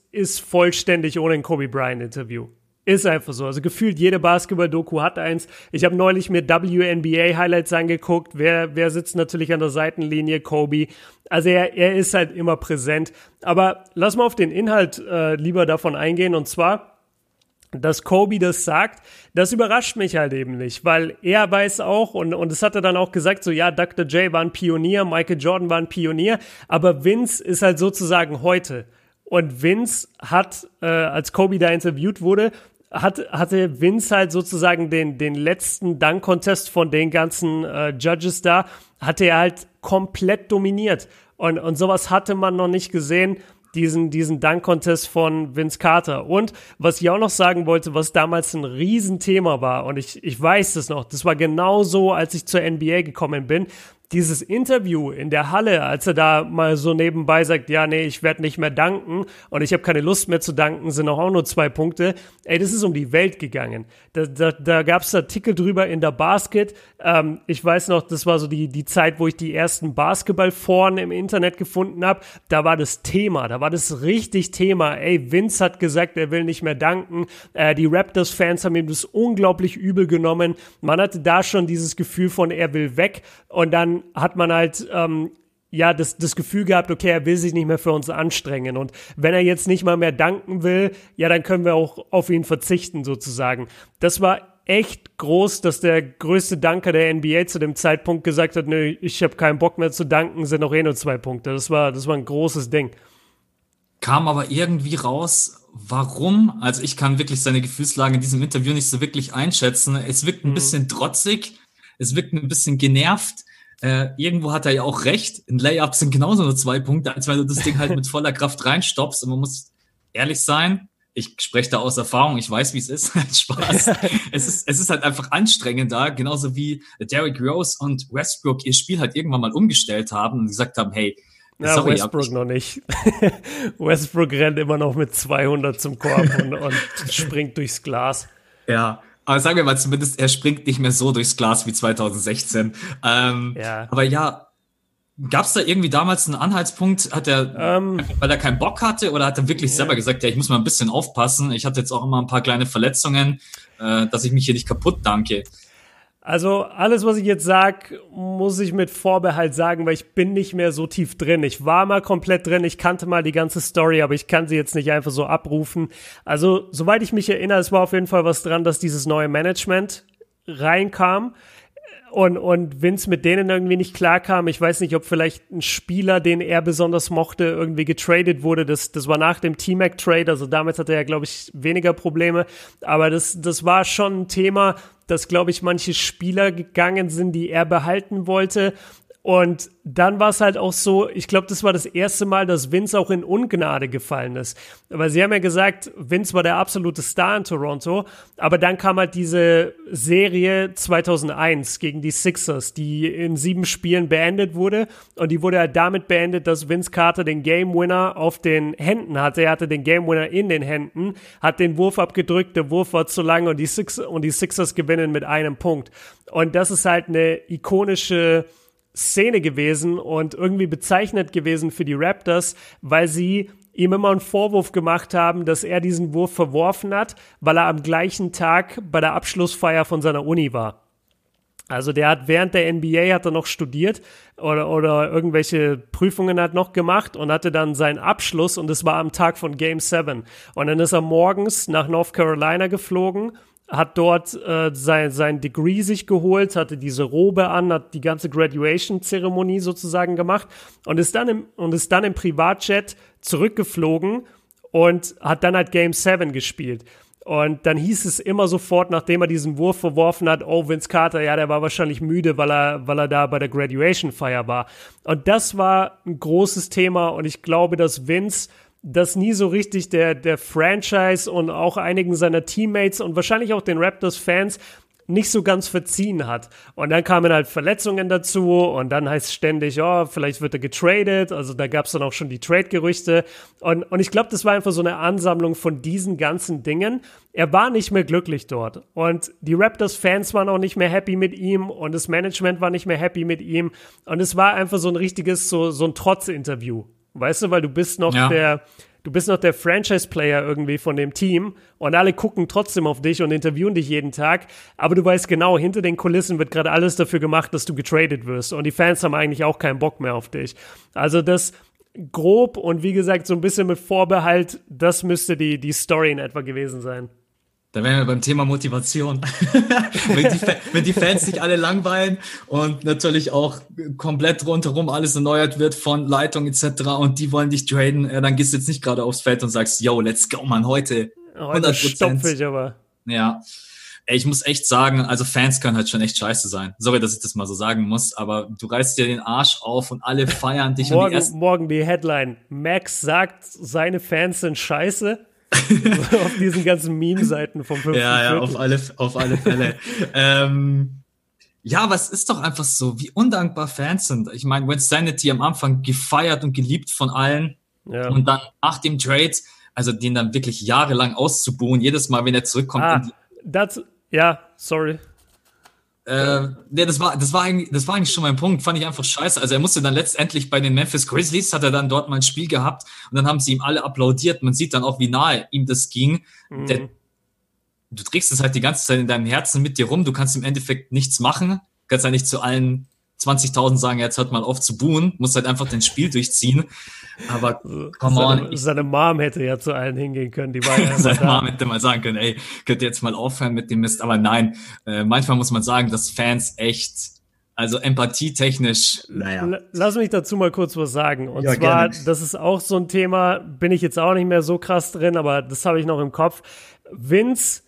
Speaker 2: ist vollständig ohne ein Kobe Bryant-Interview. Ist einfach so. Also gefühlt jede Basketball-Doku hat eins. Ich habe neulich mir W N B A-Highlights angeguckt. Wer, wer sitzt natürlich an der Seitenlinie? Kobe. Also er, er ist halt immer präsent. Aber lass mal auf den Inhalt äh, lieber davon eingehen. Und zwar, dass Kobe das sagt, das überrascht mich halt eben nicht, weil er weiß auch, und und das hat er dann auch gesagt, so ja, Doktor J war ein Pionier, Michael Jordan war ein Pionier, aber Vince ist halt sozusagen heute. Und Vince hat, äh, als Kobe da interviewt wurde, hat, hatte Vince halt sozusagen den, den letzten Dunk-Contest von den ganzen äh, Judges da, hatte er halt komplett dominiert. Und, und sowas hatte man noch nicht gesehen, diesen, diesen Dunk-Contest von Vince Carter. Und was ich auch noch sagen wollte, was damals ein Riesenthema war, und ich, ich weiß das noch, das war genauso, als ich zur N B A gekommen bin, dieses Interview in der Halle, als er da mal so nebenbei sagt, ja, nee, ich werde nicht mehr danken und ich habe keine Lust mehr zu danken, sind auch nur zwei Punkte. Ey, das ist um die Welt gegangen. Da, da, da gab es Artikel drüber in der Basket. Ähm, ich weiß noch, das war so die, die Zeit, wo ich die ersten Basketballforen im Internet gefunden habe. Da war das Thema, da war das richtig Thema. Ey, Vince hat gesagt, er will nicht mehr danken. Äh, die Raptors-Fans haben ihm das unglaublich übel genommen. Man hatte da schon dieses Gefühl von, er will weg. Und dann hat man halt ähm, ja das, das Gefühl gehabt, okay, er will sich nicht mehr für uns anstrengen. Und wenn er jetzt nicht mal mehr danken will, ja, dann können wir auch auf ihn verzichten sozusagen. Das war echt groß, dass der größte Danker der N B A zu dem Zeitpunkt gesagt hat, nö, ich habe keinen Bock mehr zu danken, sind auch eh nur zwei Punkte. Das war, das war ein großes Ding.
Speaker 1: Kam aber irgendwie raus, warum? Also ich kann wirklich seine Gefühlslage in diesem Interview nicht so wirklich einschätzen. Es wirkt ein mhm. bisschen trotzig, es wirkt ein bisschen genervt. Äh, irgendwo hat er ja auch recht. In Layups sind genauso nur zwei Punkte, als wenn du das Ding halt mit voller Kraft reinstoppst. Und man muss ehrlich sein, ich spreche da aus Erfahrung, ich weiß, wie es ist. Spaß. es ist, es ist halt einfach anstrengend da, genauso wie Derrick Rose und Westbrook ihr Spiel halt irgendwann mal umgestellt haben und gesagt haben, hey,
Speaker 2: ja,
Speaker 1: sorry,
Speaker 2: Westbrook noch nicht. Westbrook rennt immer noch mit zweihundert zum Korb und, und springt durchs Glas.
Speaker 1: Ja. Aber sagen wir mal zumindest, er springt nicht mehr so durchs Glas wie zwanzig sechzehn. Ähm, ja. Aber ja, gab es da irgendwie damals einen Anhaltspunkt? Hat er, ähm, weil er keinen Bock hatte, oder hat er wirklich ja. selber gesagt, ja, ich muss mal ein bisschen aufpassen. Ich hatte jetzt auch immer ein paar kleine Verletzungen, äh, dass ich mich hier nicht kaputt danke.
Speaker 2: Also alles, was ich jetzt sage, muss ich mit Vorbehalt sagen, weil ich bin nicht mehr so tief drin. Ich war mal komplett drin, ich kannte mal die ganze Story, aber ich kann sie jetzt nicht einfach so abrufen. Also soweit ich mich erinnere, es war auf jeden Fall was dran, dass dieses neue Management reinkam und, und Vince mit denen irgendwie nicht klarkam. Ich weiß nicht, ob vielleicht ein Spieler, den er besonders mochte, irgendwie getradet wurde. Das, das war nach dem T-Mac-Trade, also damit hatte er, glaube ich, weniger Probleme. Aber das, das war schon ein Thema, dass, glaube ich, manche Spieler gegangen sind, die er behalten wollte. Und dann war es halt auch so, ich glaube, das war das erste Mal, dass Vince auch in Ungnade gefallen ist. Aber sie haben ja gesagt, Vince war der absolute Star in Toronto, aber dann kam halt diese Serie zweitausendeins gegen die Sixers, die in sieben Spielen beendet wurde, und die wurde halt damit beendet, dass Vince Carter den Game Winner auf den Händen hatte. Er hatte den Game Winner in den Händen, hat den Wurf abgedrückt, der Wurf war zu lang und die Sixers, und die Sixers gewinnen mit einem Punkt. Und das ist halt eine ikonische Szene gewesen und irgendwie bezeichnet gewesen für die Raptors, weil sie ihm immer einen Vorwurf gemacht haben, dass er diesen Wurf verworfen hat, weil er am gleichen Tag bei der Abschlussfeier von seiner Uni war. Also der hat während der N B A hat er noch studiert oder, oder irgendwelche Prüfungen hat noch gemacht und hatte dann seinen Abschluss, und das war am Tag von Game sieben. Und dann ist er morgens nach North Carolina geflogen, hat dort äh, sein, sein Degree sich geholt, hatte diese Robe an, hat die ganze Graduation-Zeremonie sozusagen gemacht und ist dann im, und ist dann im Privatjet zurückgeflogen und hat dann halt Game sieben gespielt. Und dann hieß es immer sofort, nachdem er diesen Wurf verworfen hat, oh, Vince Carter, ja, der war wahrscheinlich müde, weil er, weil er da bei der Graduation-Feier war. Und das war ein großes Thema, und ich glaube, dass Vince das nie so richtig der, der Franchise und auch einigen seiner Teammates und wahrscheinlich auch den Raptors-Fans nicht so ganz verziehen hat. Und dann kamen halt Verletzungen dazu, und dann heißt es ständig, oh, vielleicht wird er getradet. Also da gab es dann auch schon die Trade-Gerüchte. Und, und ich glaube, das war einfach so eine Ansammlung von diesen ganzen Dingen. Er war nicht mehr glücklich dort. Und die Raptors-Fans waren auch nicht mehr happy mit ihm, und das Management war nicht mehr happy mit ihm. Und es war einfach so ein richtiges, so, so ein Trotz-Interview. Weißt du, weil du bist noch ja. der, Du bist noch der Franchise-Player irgendwie von dem Team und alle gucken trotzdem auf dich und interviewen dich jeden Tag, aber du weißt genau, hinter den Kulissen wird gerade alles dafür gemacht, dass du getradet wirst und die Fans haben eigentlich auch keinen Bock mehr auf dich. Also das grob und wie gesagt so ein bisschen mit Vorbehalt, das müsste die, die Story in etwa gewesen sein.
Speaker 1: Da wären wir beim Thema Motivation. wenn, die, wenn die Fans sich alle langweilen und natürlich auch komplett rundherum alles erneuert wird von Leitung et cetera und die wollen dich traden, dann gehst du jetzt nicht gerade aufs Feld und sagst, yo, let's go, man, heute
Speaker 2: Heute stopfe ich aber.
Speaker 1: Ja, ey, ich muss echt sagen, also Fans können halt schon echt scheiße sein. Sorry, dass ich das mal so sagen muss, aber du reißt dir den Arsch auf und alle feiern dich.
Speaker 2: morgen,
Speaker 1: und die ersten
Speaker 2: morgen die Headline. Max sagt, seine Fans sind scheiße. Auf diesen ganzen Meme-Seiten vom fünften
Speaker 1: Ja, ja, auf alle, auf alle Fälle. ähm, ja, aber es ist doch einfach so, wie undankbar Fans sind. Ich meine, Winsanity am Anfang gefeiert und geliebt von allen ja. Und dann nach dem Trade, also den dann wirklich jahrelang auszubuhen, jedes Mal, wenn er zurückkommt.
Speaker 2: Ah, das, ja, sorry.
Speaker 1: Äh, ja, das war, das war eigentlich, das war eigentlich schon mein Punkt. Fand ich einfach scheiße. Also er musste dann letztendlich bei den Memphis Grizzlies, hat er dann dort mal ein Spiel gehabt und dann haben sie ihm alle applaudiert. Man sieht dann auch, wie nahe ihm das ging. Mhm. Der, du trägst es halt die ganze Zeit in deinem Herzen mit dir rum. Du kannst im Endeffekt nichts machen. Kannst ja nicht zu allen zwanzigtausend sagen, jetzt hört mal auf zu buhen. Musst halt einfach dein Spiel durchziehen. Aber come
Speaker 2: seine,
Speaker 1: on.
Speaker 2: Seine Mom hätte ja zu allen hingehen können. Die war ja
Speaker 1: seine
Speaker 2: da.
Speaker 1: Mom hätte mal sagen können, ey, könnt ihr jetzt mal aufhören mit dem Mist. Aber nein, äh, manchmal muss man sagen, dass Fans echt, also empathietechnisch, naja.
Speaker 2: Lass mich dazu mal kurz was sagen. Und
Speaker 1: ja,
Speaker 2: zwar,
Speaker 1: gerne.
Speaker 2: Das ist auch so ein Thema, bin ich jetzt auch nicht mehr so krass drin, aber das habe ich noch im Kopf. Vince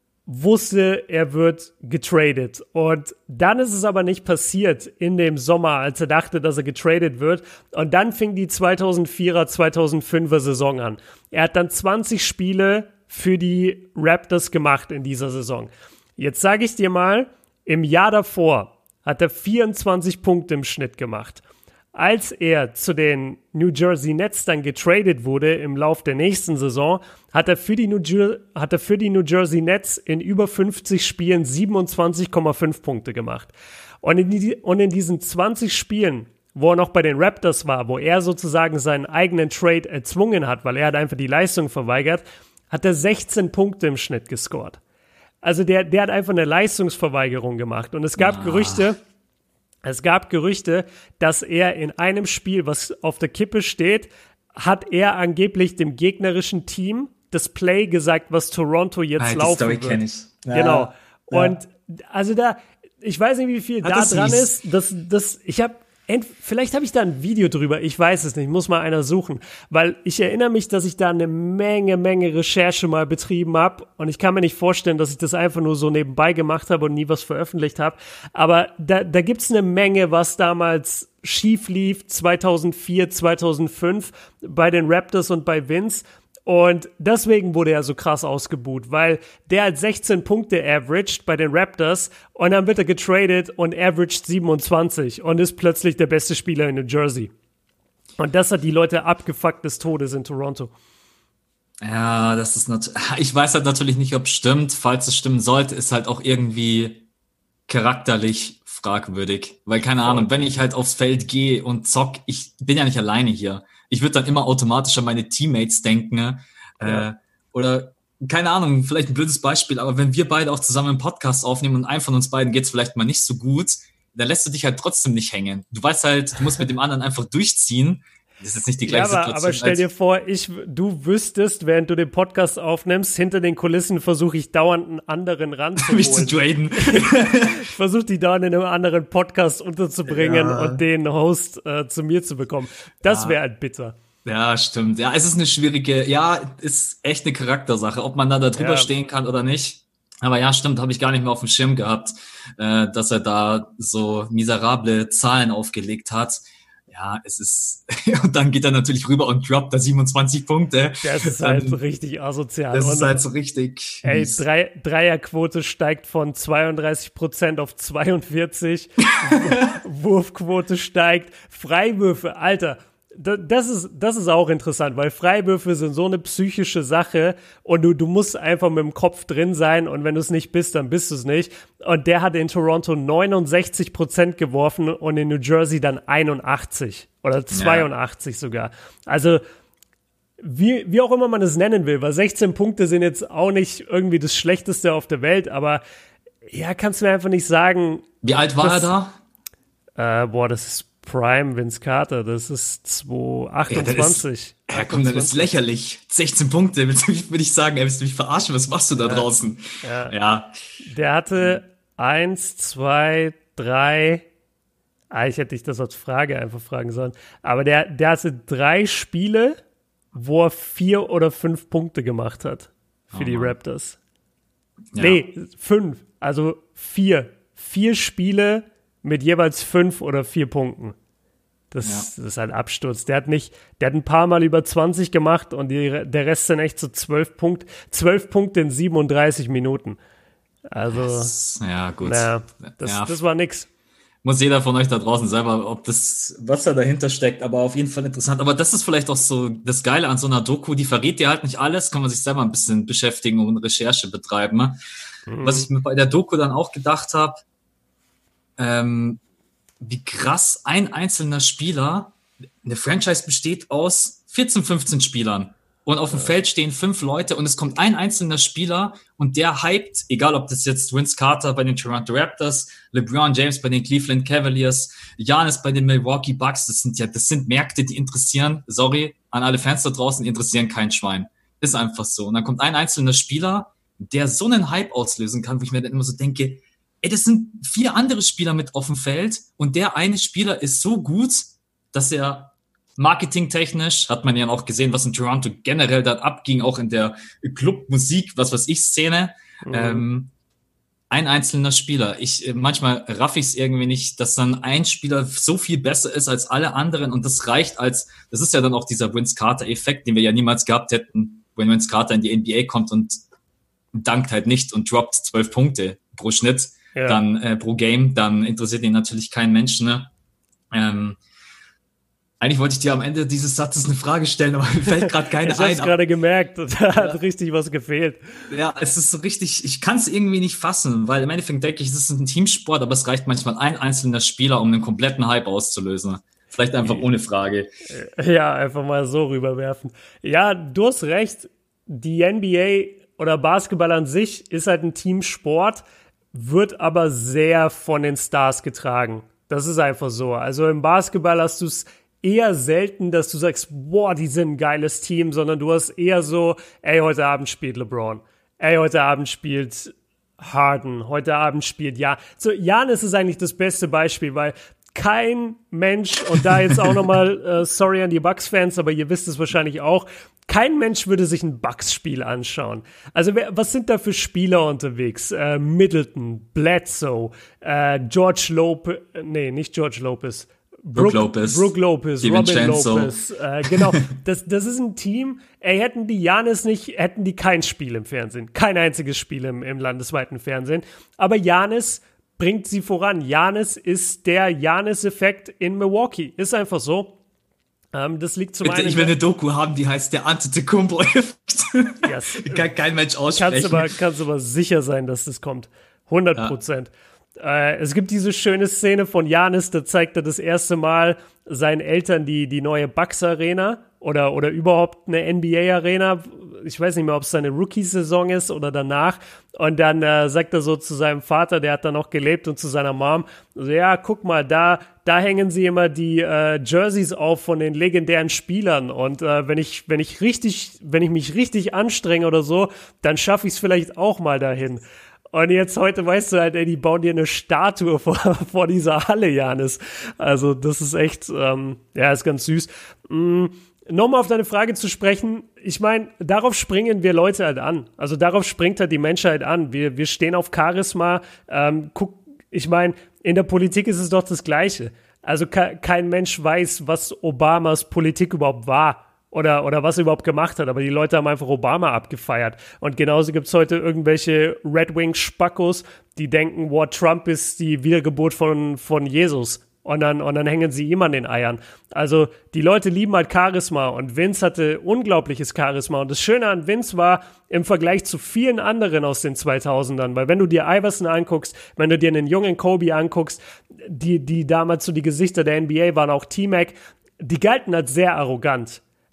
Speaker 2: wusste, er wird getradet. Und dann ist es aber nicht passiert in dem Sommer, als er dachte, dass er getradet wird. Und dann fing die zweitausendvierer, zweitausendfünfer Saison an. Er hat dann zwanzig Spiele für die Raptors gemacht in dieser Saison. Jetzt sage ich dir mal, im Jahr davor hat er vierundzwanzig Punkte im Schnitt gemacht. Als er zu den New Jersey Nets dann getradet wurde im Lauf der nächsten Saison, hat er für die New, Jer- hat er für die New Jersey Nets in über fünfzig Spielen siebenundzwanzig Komma fünf Punkte gemacht. Und in, die, und in diesen zwanzig Spielen, wo er noch bei den Raptors war, wo er sozusagen seinen eigenen Trade erzwungen hat, weil er hat einfach die Leistung verweigert, hat er sechzehn Punkte im Schnitt gescored. Also der, der hat einfach eine Leistungsverweigerung gemacht. Und es gab ah. Gerüchte, Es gab Gerüchte, dass er in einem Spiel, was auf der Kippe steht, hat er angeblich dem gegnerischen Team das Play gesagt, was Toronto jetzt ah, laufen die Story wird. Kenn ich. Ja, genau. Ja. Und also da, ich weiß nicht, wie viel hat da dran hieß. ist. Das, das, ich habe Vielleicht habe ich da ein Video drüber, ich weiß es nicht, muss mal einer suchen, weil ich erinnere mich, dass ich da eine Menge, Menge Recherche mal betrieben habe und ich kann mir nicht vorstellen, dass ich das einfach nur so nebenbei gemacht habe und nie was veröffentlicht habe, aber da, da gibt's eine Menge, was damals schief lief, zweitausendvier, zweitausendfünf bei den Raptors und bei Vince. Und deswegen wurde er so krass ausgebuht, weil der hat sechzehn Punkte averaged bei den Raptors und dann wird er getradet und averaged siebenundzwanzig und ist plötzlich der beste Spieler in New Jersey. Und das hat die Leute abgefuckt des Todes in Toronto.
Speaker 1: Ja, das ist natürlich, ich weiß halt natürlich nicht, ob es stimmt. Falls es stimmen sollte, ist halt auch irgendwie charakterlich fragwürdig. Weil, keine Ahnung, wenn ich halt aufs Feld gehe und zock, ich bin ja nicht alleine hier. Ich würde dann immer automatisch an meine Teammates denken. Ja. Äh, oder, keine Ahnung, vielleicht ein blödes Beispiel, aber wenn wir beide auch zusammen einen Podcast aufnehmen und einem von uns beiden geht's vielleicht mal nicht so gut, dann lässt du dich halt trotzdem nicht hängen. Du weißt halt, du musst mit dem anderen einfach durchziehen. Das ist jetzt nicht die gleiche
Speaker 2: ja, aber,
Speaker 1: Situation.
Speaker 2: Aber stell dir vor, ich, du wüsstest, während du den Podcast aufnimmst, hinter den Kulissen versuche ich dauernd einen anderen ranzuholen.
Speaker 1: Mich zu traden.
Speaker 2: Ich versuche die dauernd in einem anderen Podcast unterzubringen ja. und den Host äh, zu mir zu bekommen. Das ja. wäre halt bitter.
Speaker 1: Ja, stimmt. Ja, es ist eine schwierige, ja, ist echt eine Charaktersache, ob man da, da drüber ja. stehen kann oder nicht. Aber ja, stimmt, habe ich gar nicht mehr auf dem Schirm gehabt, äh, dass er da so miserable Zahlen aufgelegt hat. Ja, es ist, und dann geht er natürlich rüber und droppt da siebenundzwanzig Punkte.
Speaker 2: Das ist halt so richtig asozial.
Speaker 1: Das
Speaker 2: und
Speaker 1: ist halt so richtig.
Speaker 2: Ey, Drei, Dreierquote steigt von zweiunddreißig Prozent auf zweiundvierzig. Wurfquote steigt. Freiwürfe, Alter. Das ist, das ist auch interessant, weil Freiwürfe sind so eine psychische Sache und du, du musst einfach mit dem Kopf drin sein und wenn du es nicht bist, dann bist du es nicht. Und der hat in Toronto neunundsechzig Prozent geworfen und in New Jersey dann einundachtzig oder zweiundachtzig ja. sogar. Also wie, wie auch immer man es nennen will, weil sechzehn Punkte sind jetzt auch nicht irgendwie das Schlechteste auf der Welt, aber ja, kannst du mir einfach nicht sagen.
Speaker 1: Wie alt war
Speaker 2: das,
Speaker 1: er
Speaker 2: da? Äh, boah, das ist Prime Vince Carter, das ist zweitausendachtundzwanzig.
Speaker 1: Ja, ja komm, das ist lächerlich. sechzehn Punkte, würde ich sagen, ey, willst du mich verarschen? Was machst du da ja. draußen?
Speaker 2: Ja.
Speaker 1: ja.
Speaker 2: Der hatte eins, zwei, drei, eigentlich hätte ich das als Frage einfach fragen sollen, aber der, der hatte drei Spiele, wo er vier oder fünf Punkte gemacht hat für oh, die Raptors. Ja. Nee, fünf, also vier. Vier Spiele mit jeweils fünf oder vier Punkten. Das, ja. das ist ein Absturz. Der hat nicht, der hat ein paar Mal über zwanzig gemacht und die, der Rest sind echt so zwölf Punkte, zwölf Punkte in siebenunddreißig Minuten. Also,
Speaker 1: das, ja, gut.
Speaker 2: Na, das, ja. das war nix.
Speaker 1: Muss jeder von euch da draußen selber, ob das, was da dahinter steckt, aber auf jeden Fall interessant. Aber das ist vielleicht auch so das Geile an so einer Doku, die verrät dir halt nicht alles, kann man sich selber ein bisschen beschäftigen und Recherche betreiben. Ne? Mhm. Was ich mir bei der Doku dann auch gedacht habe, ähm, wie krass ein einzelner Spieler, eine Franchise besteht aus vierzehn, fünfzehn Spielern und auf dem ja. Feld stehen fünf Leute und es kommt ein einzelner Spieler und der hypt, egal ob das jetzt Vince Carter bei den Toronto Raptors, LeBron James bei den Cleveland Cavaliers, Giannis bei den Milwaukee Bucks, das sind ja, das sind Märkte, die interessieren, sorry, an alle Fans da draußen, die interessieren kein Schwein. Ist einfach so. Und dann kommt ein einzelner Spieler, der so einen Hype auslösen kann, wo ich mir dann immer so denke, ey, das sind vier andere Spieler mit auf dem Feld und der eine Spieler ist so gut, dass er marketingtechnisch, hat man ja auch gesehen, was in Toronto generell dann abging, auch in der Clubmusik, was weiß ich, Szene, mhm. ähm, ein einzelner Spieler. Ich, manchmal raff ich es irgendwie nicht, dass dann ein Spieler so viel besser ist als alle anderen und das reicht als, das ist ja dann auch dieser Vince Carter-Effekt, den wir ja niemals gehabt hätten, wenn Vince Carter in die N B A kommt und dankt halt nicht und droppt zwölf Punkte pro Schnitt. Ja. Dann äh, pro Game, dann interessiert ihn natürlich kein Mensch, ne? Ähm, eigentlich wollte ich dir am Ende dieses Satzes eine Frage stellen, aber mir fällt gerade keine
Speaker 2: ich
Speaker 1: ein.
Speaker 2: Ich hab's gerade gemerkt, da ja. hat richtig was gefehlt.
Speaker 1: Ja, es ist so richtig, ich kann es irgendwie nicht fassen, weil im Endeffekt denke ich, es ist ein Teamsport, aber es reicht manchmal ein einzelner Spieler, um einen kompletten Hype auszulösen. Vielleicht einfach ohne Frage.
Speaker 2: Ja, einfach mal so rüberwerfen. Ja, du hast recht, die N B A oder Basketball an sich ist halt ein Teamsport, wird aber sehr von den Stars getragen. Das ist einfach so. Also im Basketball hast du es eher selten, dass du sagst, boah, die sind ein geiles Team, sondern du hast eher so, ey, heute Abend spielt LeBron. Ey, heute Abend spielt Harden. Heute Abend spielt Jan. So, Giannis ist eigentlich das beste Beispiel, weil kein Mensch, und da jetzt auch nochmal, äh, sorry an die Bucks-Fans, aber ihr wisst es wahrscheinlich auch, kein Mensch würde sich ein Bucks-Spiel anschauen. Also wer, was sind da für Spieler unterwegs? Äh, Middleton, Bledsoe, äh, George Lopez, nee, nicht George Lopez,
Speaker 1: Brook Lopez,
Speaker 2: Brook Lopez,
Speaker 1: Robin
Speaker 2: Lopez, äh, genau. Das, das ist ein Team, ey, hätten die Giannis nicht, hätten die kein Spiel im Fernsehen, kein einziges Spiel im, im landesweiten Fernsehen, aber Giannis bringt sie voran. Giannis ist der Giannis-Effekt in Milwaukee. Ist einfach so. Ähm, das liegt zum
Speaker 1: Bitte,
Speaker 2: einen...
Speaker 1: Ich will eine Doku haben, die heißt der Antetokounmpo-Effekt.
Speaker 2: Yes.
Speaker 1: Kann kein Mensch aussprechen.
Speaker 2: Kannst aber, kannst aber sicher sein, dass das kommt. hundert Prozent. Ja. Äh, es gibt diese schöne Szene von Giannis, da zeigt er das erste Mal seinen Eltern die, die neue Bucks-Arena oder, oder überhaupt eine N B A-Arena. Ich weiß nicht mehr, ob es seine Rookie-Saison ist oder danach. Und dann äh, sagt er so zu seinem Vater, der hat da noch gelebt, und zu seiner Mom, so, ja, guck mal, da, da hängen sie immer die äh, Jerseys auf von den legendären Spielern. Und äh, wenn ich, wenn ich richtig, wenn ich mich richtig anstrenge oder so, dann schaffe ich es vielleicht auch mal dahin. Und jetzt heute weißt du halt, ey, die bauen dir eine Statue vor, vor dieser Halle, Giannis. Also das ist echt, ähm, ja, ist ganz süß. Mm, Nochmal auf deine Frage zu sprechen, ich meine, darauf springen wir Leute halt an. Also darauf springt halt die Menschheit an. Wir, wir stehen auf Charisma. Ähm, guck, ich meine, in der Politik ist es doch das Gleiche. Also ke- kein Mensch weiß, was Obamas Politik überhaupt war. Oder, oder was er überhaupt gemacht hat, aber die Leute haben einfach Obama abgefeiert. Und genauso gibt's heute irgendwelche Red Wing-Spackos, die denken, wow, Trump ist die Wiedergeburt von, von Jesus. Und dann, und dann hängen sie ihm an den Eiern. Also die Leute lieben halt Charisma, und Vince hatte unglaubliches Charisma. Und das Schöne an Vince war, im Vergleich zu vielen anderen aus den zweitausendern, weil wenn du dir Iverson anguckst, wenn du dir einen jungen Kobe anguckst, die, die damals so die Gesichter der N B A waren, auch T-Mac, die galten als sehr arrogant.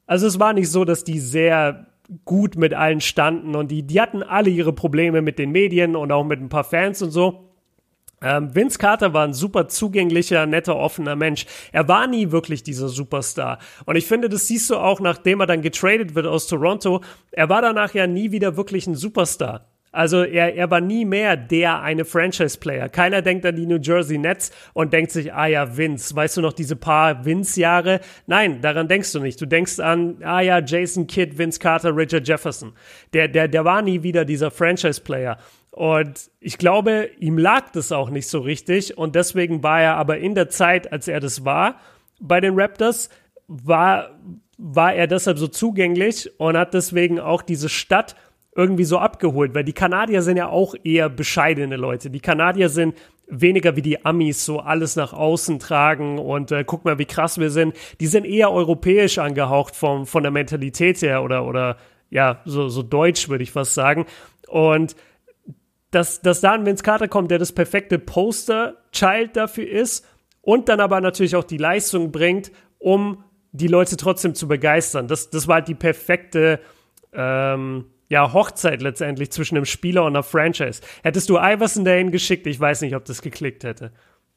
Speaker 2: Also es war nicht so, dass die sehr gut mit allen standen und die, die hatten alle ihre Probleme mit den Medien und auch mit ein paar Fans und so. Ähm, Vince Carter war ein super zugänglicher, netter, offener Mensch. Er war nie wirklich dieser Superstar. Und ich finde, das siehst du auch, nachdem er dann getradet wird aus Toronto. Er war danach ja nie wieder wirklich ein Superstar. Also er, er war nie mehr der eine Franchise-Player. Keiner denkt an die New Jersey Nets und denkt sich, ah ja, Vince, weißt du noch diese paar Vince-Jahre? Nein, daran denkst du nicht. Du denkst an, ah ja, Jason Kidd, Vince Carter, Richard Jefferson. Der, der, der war nie wieder dieser Franchise-Player. Und ich glaube, ihm lag das auch nicht so richtig. Und deswegen war er aber in der Zeit, als er das war, bei den Raptors, war, war er deshalb so zugänglich und hat deswegen auch diese Stadt irgendwie so abgeholt. Weil die Kanadier sind ja auch eher bescheidene Leute. Die Kanadier sind weniger wie die Amis, so alles nach außen tragen und äh, guck mal, wie krass wir sind. Die sind eher europäisch angehaucht vom, von der Mentalität her oder, oder ja, so, so deutsch, würde ich fast sagen. Und Dass, dass da ein Vince Carter kommt, der das perfekte Poster-Child dafür ist und dann aber natürlich auch die Leistung bringt, um die Leute trotzdem zu begeistern. Das, das war halt die perfekte ähm, ja, Hochzeit letztendlich zwischen einem Spieler und einer Franchise. Hättest du Iverson dahin geschickt, ich weiß nicht, ob das geklickt hätte.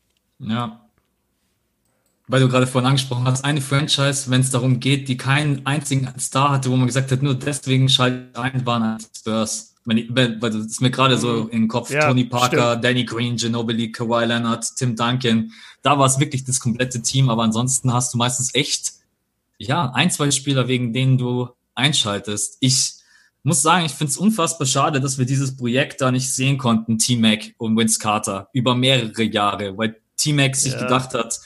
Speaker 1: Ja. Weil du gerade vorhin angesprochen hast, eine Franchise, wenn es darum geht, die keinen einzigen Star hatte, wo man gesagt hat, nur deswegen schaltet ein, waren die Spurs. Weil das ist mir gerade so in den Kopf,
Speaker 2: ja,
Speaker 1: Tony Parker,
Speaker 2: stimmt.
Speaker 1: Danny Green, Ginobili, Kawhi Leonard, Tim Duncan, da war es wirklich das komplette Team, aber ansonsten hast du meistens echt, ja, ein, zwei Spieler, wegen denen du einschaltest. Ich muss sagen, ich finde es unfassbar schade, dass wir dieses Projekt da nicht sehen konnten, T-Mac und Vince Carter, über mehrere Jahre, weil T-Mac sich
Speaker 2: Ja.
Speaker 1: gedacht hat,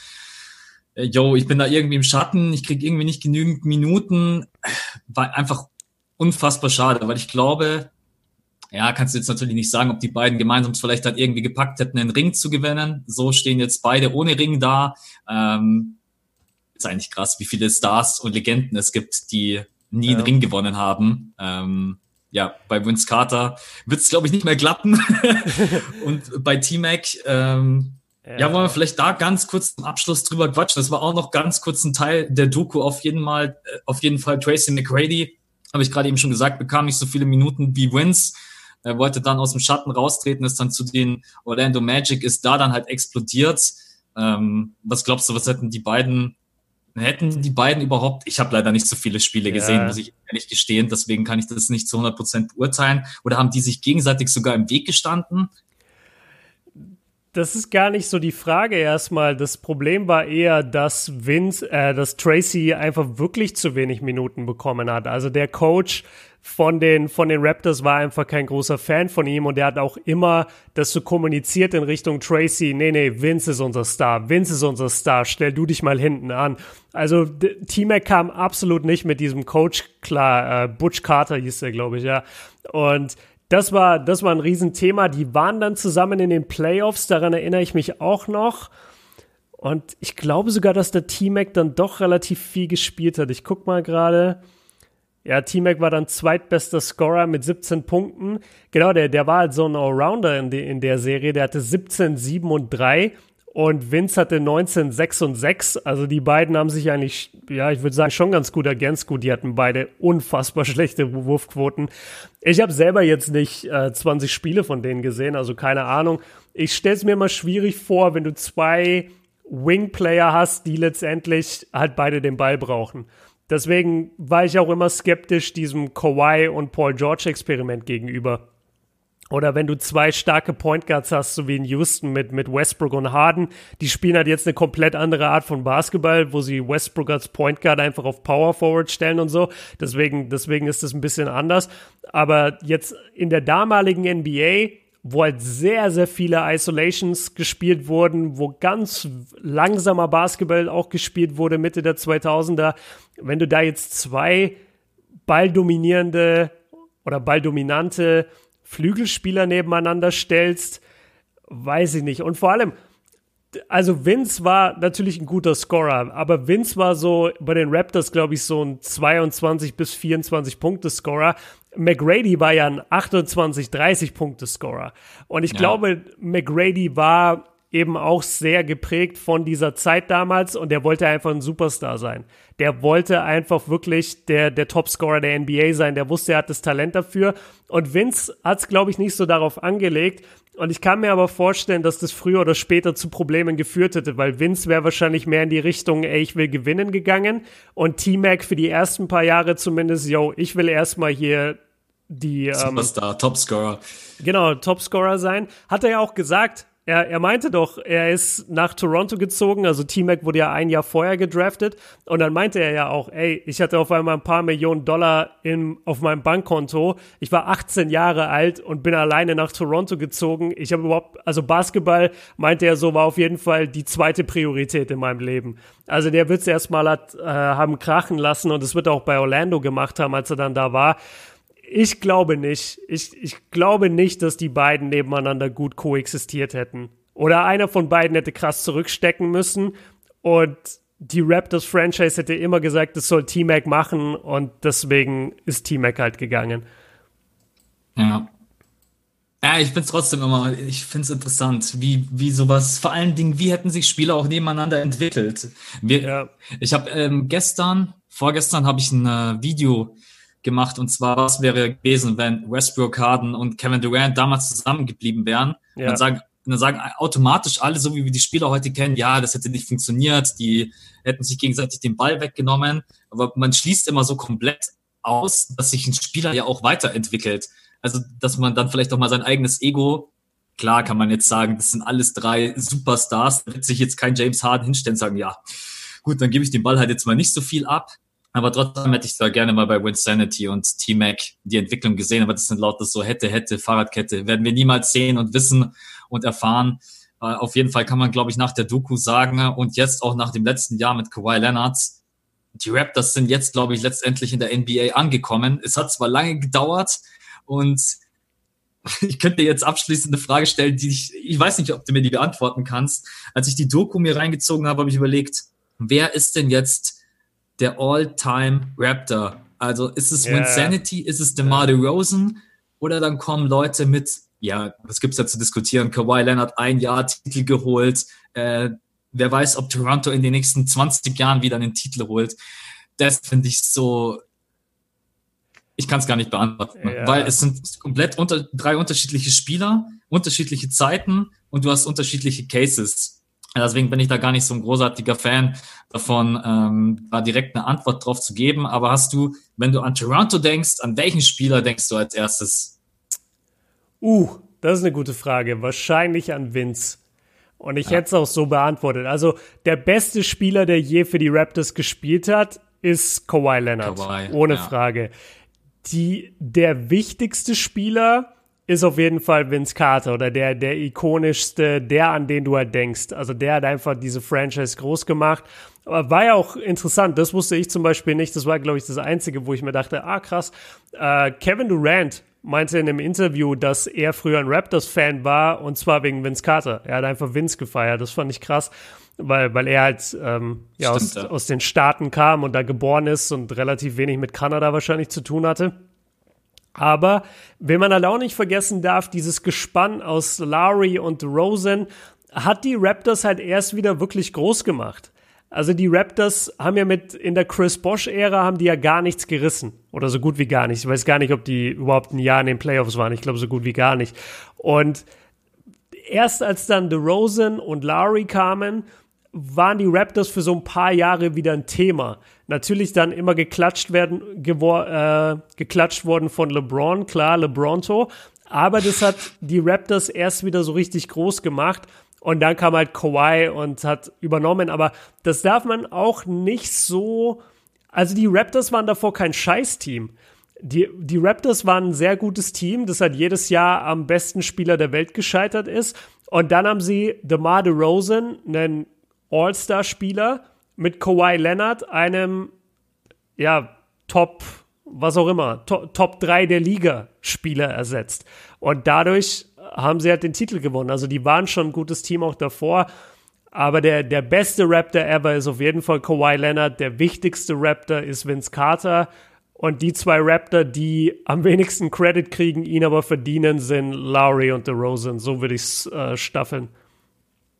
Speaker 1: yo, ich bin da irgendwie im Schatten, ich krieg irgendwie nicht genügend Minuten, war einfach unfassbar schade, weil ich glaube, ja, kannst du jetzt natürlich nicht sagen, ob die beiden gemeinsam es vielleicht halt irgendwie gepackt hätten, einen Ring zu gewinnen. So stehen jetzt beide ohne Ring da. Ähm, ist eigentlich krass, wie viele Stars und Legenden es gibt, die nie
Speaker 2: Ja.
Speaker 1: einen Ring gewonnen haben. Ähm, ja, bei Vince Carter wird es, glaube ich, nicht mehr klappen. Und bei T-Mac, ähm, ja. ja, wollen wir vielleicht da ganz kurz zum Abschluss drüber quatschen. Das war auch noch ganz kurz ein Teil der Doku. Auf jeden Fall, auf jeden Fall Tracy McGrady, habe ich gerade eben schon gesagt, bekam nicht so viele Minuten wie Vince. Er wollte dann aus dem Schatten raustreten, ist dann zu den Orlando Magic, ist da dann halt explodiert. Ähm, was glaubst du, was hätten die beiden, hätten die beiden überhaupt, ich habe leider nicht so viele Spiele
Speaker 2: Ja.
Speaker 1: gesehen, muss ich ehrlich gestehen, deswegen kann ich das nicht zu hundert Prozent beurteilen. Oder haben die sich gegenseitig sogar im Weg gestanden?
Speaker 2: Das ist gar nicht so die Frage erstmal. Das Problem war eher, dass Vince, äh, dass Tracy einfach wirklich zu wenig Minuten bekommen hat. Also der Coach von den, von den Raptors war einfach kein großer Fan von ihm und der hat auch immer das so kommuniziert in Richtung Tracy, nee, nee, Vince ist unser Star, Vince ist unser Star, stell du dich mal hinten an. Also T-Mac kam absolut nicht mit diesem Coach klar, äh, Butch Carter hieß der, glaube ich, ja. Und Das war, das war ein Riesenthema. Die waren dann zusammen in den Playoffs, daran erinnere ich mich auch noch. Und ich glaube sogar, dass der T-Mac dann doch relativ viel gespielt hat. Ich guck mal gerade. Ja, T-Mac war dann zweitbester Scorer mit siebzehn Punkten. Genau, der, der war halt so ein Allrounder in, de, in der Serie. Der hatte siebzehn, sieben und drei. Und Vince hatte neunzehn, sechs und sechs. Also die beiden haben sich eigentlich, ja, ich würde sagen, schon ganz gut ergänzt. Gut, die hatten beide unfassbar schlechte Wurfquoten. Ich habe selber jetzt nicht äh, zwanzig Spiele von denen gesehen, also keine Ahnung. Ich stelle es mir mal schwierig vor, wenn du zwei Wing-Player hast, die letztendlich halt beide den Ball brauchen. Deswegen war ich auch immer skeptisch diesem Kawhi und Paul George-Experiment gegenüber. Oder wenn du zwei starke Point Guards hast, so wie in Houston mit, mit Westbrook und Harden, die spielen halt jetzt eine komplett andere Art von Basketball, wo sie Westbrook als Point Guard einfach auf Power Forward stellen und so. Deswegen, deswegen ist das ein bisschen anders. Aber jetzt in der damaligen N B A, wo halt sehr, sehr viele Isolations gespielt wurden, wo ganz langsamer Basketball auch gespielt wurde, Mitte der zweitausender, wenn du da jetzt zwei balldominierende oder balldominante Flügelspieler nebeneinander stellst, weiß ich nicht. Und vor allem, also Vince war natürlich ein guter Scorer, aber Vince war so bei den Raptors, glaube ich, so ein zweiundzwanzig bis vierundzwanzig Punkte Scorer. McGrady war ja ein achtundzwanzig, dreißig Punkte Scorer. Und ich
Speaker 1: ja.
Speaker 2: glaube, McGrady war eben auch sehr geprägt von dieser Zeit damals und der wollte einfach ein Superstar sein. Der wollte einfach wirklich der, der Topscorer der N B A sein. Der wusste, er hat das Talent dafür. Und Vince hat es, glaube ich, nicht so darauf angelegt. Und ich kann mir aber vorstellen, dass das früher oder später zu Problemen geführt hätte, weil Vince wäre wahrscheinlich mehr in die Richtung, ey, ich will gewinnen gegangen. Und T-Mac für die ersten paar Jahre zumindest, yo, ich will erstmal hier die
Speaker 1: Superstar, ähm, Topscorer.
Speaker 2: Genau, Topscorer sein. Hat er ja auch gesagt. Er, er meinte doch, er ist nach Toronto gezogen, also T-Mac wurde ja ein Jahr vorher gedraftet und dann meinte er ja auch, ey, ich hatte auf einmal ein paar Millionen Dollar in, auf meinem Bankkonto, ich war achtzehn Jahre alt und bin alleine nach Toronto gezogen, ich habe überhaupt, also Basketball, meinte er so, war auf jeden Fall die zweite Priorität in meinem Leben. Also der wird es erstmal hat, äh, haben krachen lassen und das wird er auch bei Orlando gemacht haben, als er dann da war. Ich glaube nicht. Ich, ich glaube nicht, dass die beiden nebeneinander gut koexistiert hätten. Oder einer von beiden hätte krass zurückstecken müssen und die Raptors-Franchise hätte immer gesagt, das soll T-Mac machen und deswegen ist T-Mac halt gegangen.
Speaker 1: Ja. Ja, ich find's trotzdem immer, ich find's interessant, wie, wie sowas, vor allen Dingen, wie hätten sich Spieler auch nebeneinander entwickelt. Wir, ja. Ich habe ähm, gestern, vorgestern habe ich ein äh, Video gemacht und zwar, was wäre gewesen, wenn Westbrook, Harden und Kevin Durant damals zusammengeblieben wären. Ja. Dann sagen, dann sagen automatisch alle, so wie wir die Spieler heute kennen, ja, das hätte nicht funktioniert, die hätten sich gegenseitig den Ball weggenommen, aber man schließt immer so komplett aus, dass sich ein Spieler ja auch weiterentwickelt. Also, dass man dann vielleicht auch mal sein eigenes Ego, klar kann man jetzt sagen, das sind alles drei Superstars, da wird sich jetzt kein James Harden hinstellen und sagen, ja, gut, dann gebe ich den Ball halt jetzt mal nicht so viel ab. Aber trotzdem hätte ich da gerne mal bei Winsanity und T-Mac die Entwicklung gesehen. Aber das sind lauter so hätte, hätte, Fahrradkette. Werden wir niemals sehen und wissen und erfahren. Äh, auf jeden Fall kann man, glaube ich, nach der Doku sagen und jetzt auch nach dem letzten Jahr mit Kawhi Leonard, die Raptors sind jetzt, glaube ich, letztendlich in der N B A angekommen. Es hat zwar lange gedauert und ich könnte dir jetzt abschließend eine Frage stellen, die ich, ich weiß nicht, ob du mir die beantworten kannst. Als ich die Doku mir reingezogen habe, habe ich überlegt, wer ist denn jetzt der All-Time Raptor? Also ist es yeah. Winsanity, ist es DeMar DeRozan oder dann kommen Leute mit, ja, was gibt's da zu diskutieren? Kawhi Leonard ein Jahr Titel geholt, äh, wer weiß, ob Toronto in den nächsten zwanzig Jahren wieder einen Titel holt. Das finde ich so, ich kann es gar nicht beantworten, yeah. weil es sind komplett unter, drei unterschiedliche Spieler, unterschiedliche Zeiten und du hast unterschiedliche Cases. Deswegen bin ich da gar nicht so ein großartiger Fan davon, ähm, da direkt eine Antwort drauf zu geben. Aber hast du, wenn du an Toronto denkst, an welchen Spieler denkst du als erstes?
Speaker 2: Uh, das ist eine gute Frage. Wahrscheinlich an Vince. Und ich ja. hätte es auch so beantwortet. Also der beste Spieler, der je für die Raptors gespielt hat, ist Kawhi Leonard. Kawhi, ohne ja. Frage. Die, der wichtigste Spieler ist auf jeden Fall Vince Carter oder der, der ikonischste, der, an den du halt denkst. Also der hat einfach diese Franchise groß gemacht. Aber war ja auch interessant, das wusste ich zum Beispiel nicht. Das war, glaube ich, das Einzige, wo ich mir dachte, ah krass, äh, Kevin Durant meinte in einem Interview, dass er früher ein Raptors-Fan war und zwar wegen Vince Carter. Er hat einfach Vince gefeiert, das fand ich krass, weil, weil er halt ähm, ja, Stimmt, aus, ja. aus den Staaten kam und da geboren ist und relativ wenig mit Kanada wahrscheinlich zu tun hatte. Aber wenn man halt auch nicht vergessen darf, dieses Gespann aus Lowry und DeRozan hat die Raptors halt erst wieder wirklich groß gemacht. Also die Raptors haben ja mit, in der Chris Bosh-Ära haben die ja gar nichts gerissen. Oder so gut wie gar nichts. Ich weiß gar nicht, ob die überhaupt ein Jahr in den Playoffs waren. Ich glaube so gut wie gar nicht. Und erst als dann DeRozan und Lowry kamen, waren die Raptors für so ein paar Jahre wieder ein Thema. Natürlich dann immer geklatscht werden, gewor- äh, geklatscht worden von LeBron, klar, LeBronto. Aber das hat die Raptors erst wieder so richtig groß gemacht. Und dann kam halt Kawhi und hat übernommen. Aber das darf man auch nicht so, also die Raptors waren davor kein Scheißteam. Die, die Raptors waren ein sehr gutes Team, das halt jedes Jahr am besten Spieler der Welt gescheitert ist. Und dann haben sie DeMar DeRozan, einen All-Star-Spieler, mit Kawhi Leonard, einem, ja, Top, was auch immer, to- Top drei der Liga-Spieler ersetzt. Und dadurch haben sie halt den Titel gewonnen. Also die waren schon ein gutes Team auch davor. Aber der, der beste Raptor ever ist auf jeden Fall Kawhi Leonard. Der wichtigste Raptor ist Vince Carter. Und die zwei Raptor, die am wenigsten Credit kriegen, ihn aber verdienen, sind Lowry und DeRozan. So würde ich es äh, staffeln.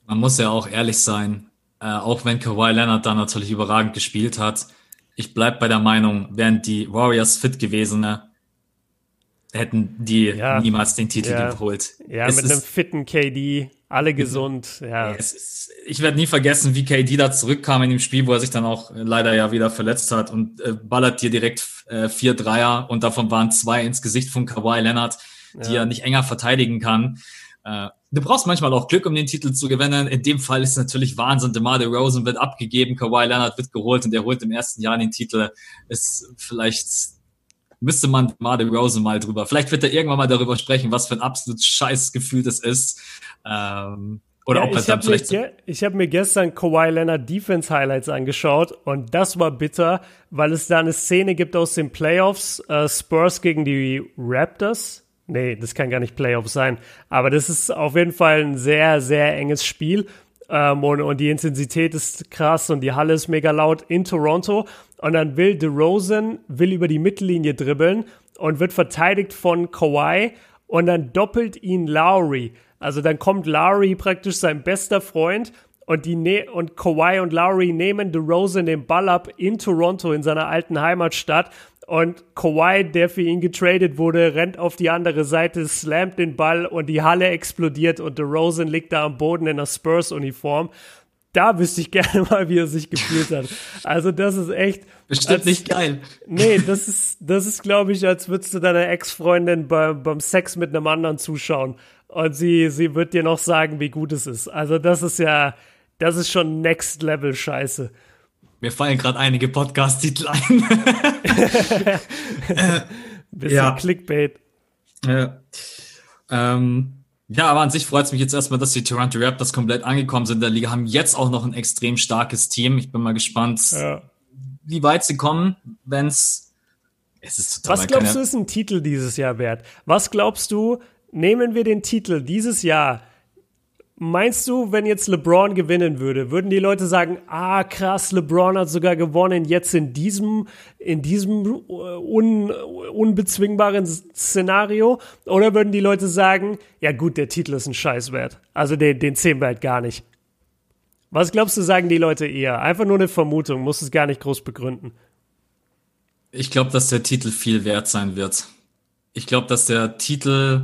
Speaker 1: Man muss ja auch ehrlich sein, äh, auch wenn Kawhi Leonard da natürlich überragend gespielt hat. Ich bleib bei der Meinung, wären die Warriors fit gewesen, ne, hätten die
Speaker 2: Ja,
Speaker 1: niemals den Titel
Speaker 2: ja,
Speaker 1: geholt.
Speaker 2: ja,
Speaker 1: Es
Speaker 2: mit
Speaker 1: ist,
Speaker 2: einem fitten K D, alle gesund, ja.
Speaker 1: es ist, ich werde nie vergessen, wie K D da zurückkam in dem Spiel, wo er sich dann auch äh, leider ja wieder verletzt hat und äh, ballert dir direkt äh, vier Dreier und davon waren zwei ins Gesicht von Kawhi Leonard, die
Speaker 2: Ja.
Speaker 1: er nicht enger verteidigen kann. Äh, du brauchst manchmal auch Glück, um den Titel zu gewinnen. In dem Fall ist es natürlich Wahnsinn. DeMar DeRozan wird abgegeben, Kawhi Leonard wird geholt und er holt im ersten Jahr den Titel. Ist vielleicht müsste man DeMar DeRozan mal drüber. Vielleicht wird er irgendwann mal darüber sprechen, was für ein absolut scheiß Gefühl das ist. Ähm, oder
Speaker 2: Ja,
Speaker 1: ob er
Speaker 2: ich
Speaker 1: dann
Speaker 2: habe mir,
Speaker 1: vielleicht...
Speaker 2: ge ich hab mir gestern Kawhi Leonard Defense Highlights angeschaut und das war bitter, weil es da eine Szene gibt aus den Playoffs, äh, Spurs gegen die Raptors. Nee, das kann gar nicht Playoffs sein, aber das ist auf jeden Fall ein sehr, sehr enges Spiel. Ähm, und, und die Intensität ist krass und die Halle ist mega laut in Toronto. Und dann will DeRozan will über die Mittellinie dribbeln und wird verteidigt von Kawhi und dann doppelt ihn Lowry. Also dann kommt Lowry praktisch sein bester Freund und die ne und Kawhi und Lowry nehmen DeRozan den Ball ab in Toronto in seiner alten Heimatstadt. Und Kawhi, der für ihn getradet wurde, rennt auf die andere Seite, slammt den Ball und die Halle explodiert und DeRozan liegt da am Boden in der Spurs-Uniform. Da wüsste ich gerne mal, wie er sich gefühlt hat. Also das ist echt...
Speaker 1: Bestimmt
Speaker 2: als,
Speaker 1: nicht geil.
Speaker 2: Nee, das ist, das ist, glaube ich, als würdest du deiner Ex-Freundin bei, beim Sex mit einem anderen zuschauen. Und sie, sie wird dir noch sagen, wie gut es ist. Also das ist ja, das ist schon Next-Level-Scheiße.
Speaker 1: Mir fallen gerade einige Podcast-Titel ein.
Speaker 2: Bisschen
Speaker 1: Ja.
Speaker 2: Clickbait.
Speaker 1: Ja. Ähm, ja, aber an sich freut es mich jetzt erstmal, dass die Toronto Raptors komplett angekommen sind in der Liga, haben jetzt auch noch ein extrem starkes Team. Ich bin mal gespannt,
Speaker 2: Ja.
Speaker 1: wie weit sie kommen, wenn's es ist total
Speaker 2: Was glaubst du,
Speaker 1: keine-
Speaker 2: ist ein Titel dieses Jahr wert? Was glaubst du, nehmen wir den Titel dieses Jahr? Meinst du, wenn jetzt LeBron gewinnen würde, würden die Leute sagen, ah krass, LeBron hat sogar gewonnen, jetzt in diesem, in diesem un, unbezwingbaren Szenario? Oder würden die Leute sagen, ja gut, der Titel ist ein Scheiß wert, also den, den zählen wir halt gar nicht? Was glaubst du, sagen die Leute eher? Einfach nur eine Vermutung, muss es gar nicht groß begründen.
Speaker 1: Ich glaube, dass der Titel viel wert sein wird. Ich glaube, dass der Titel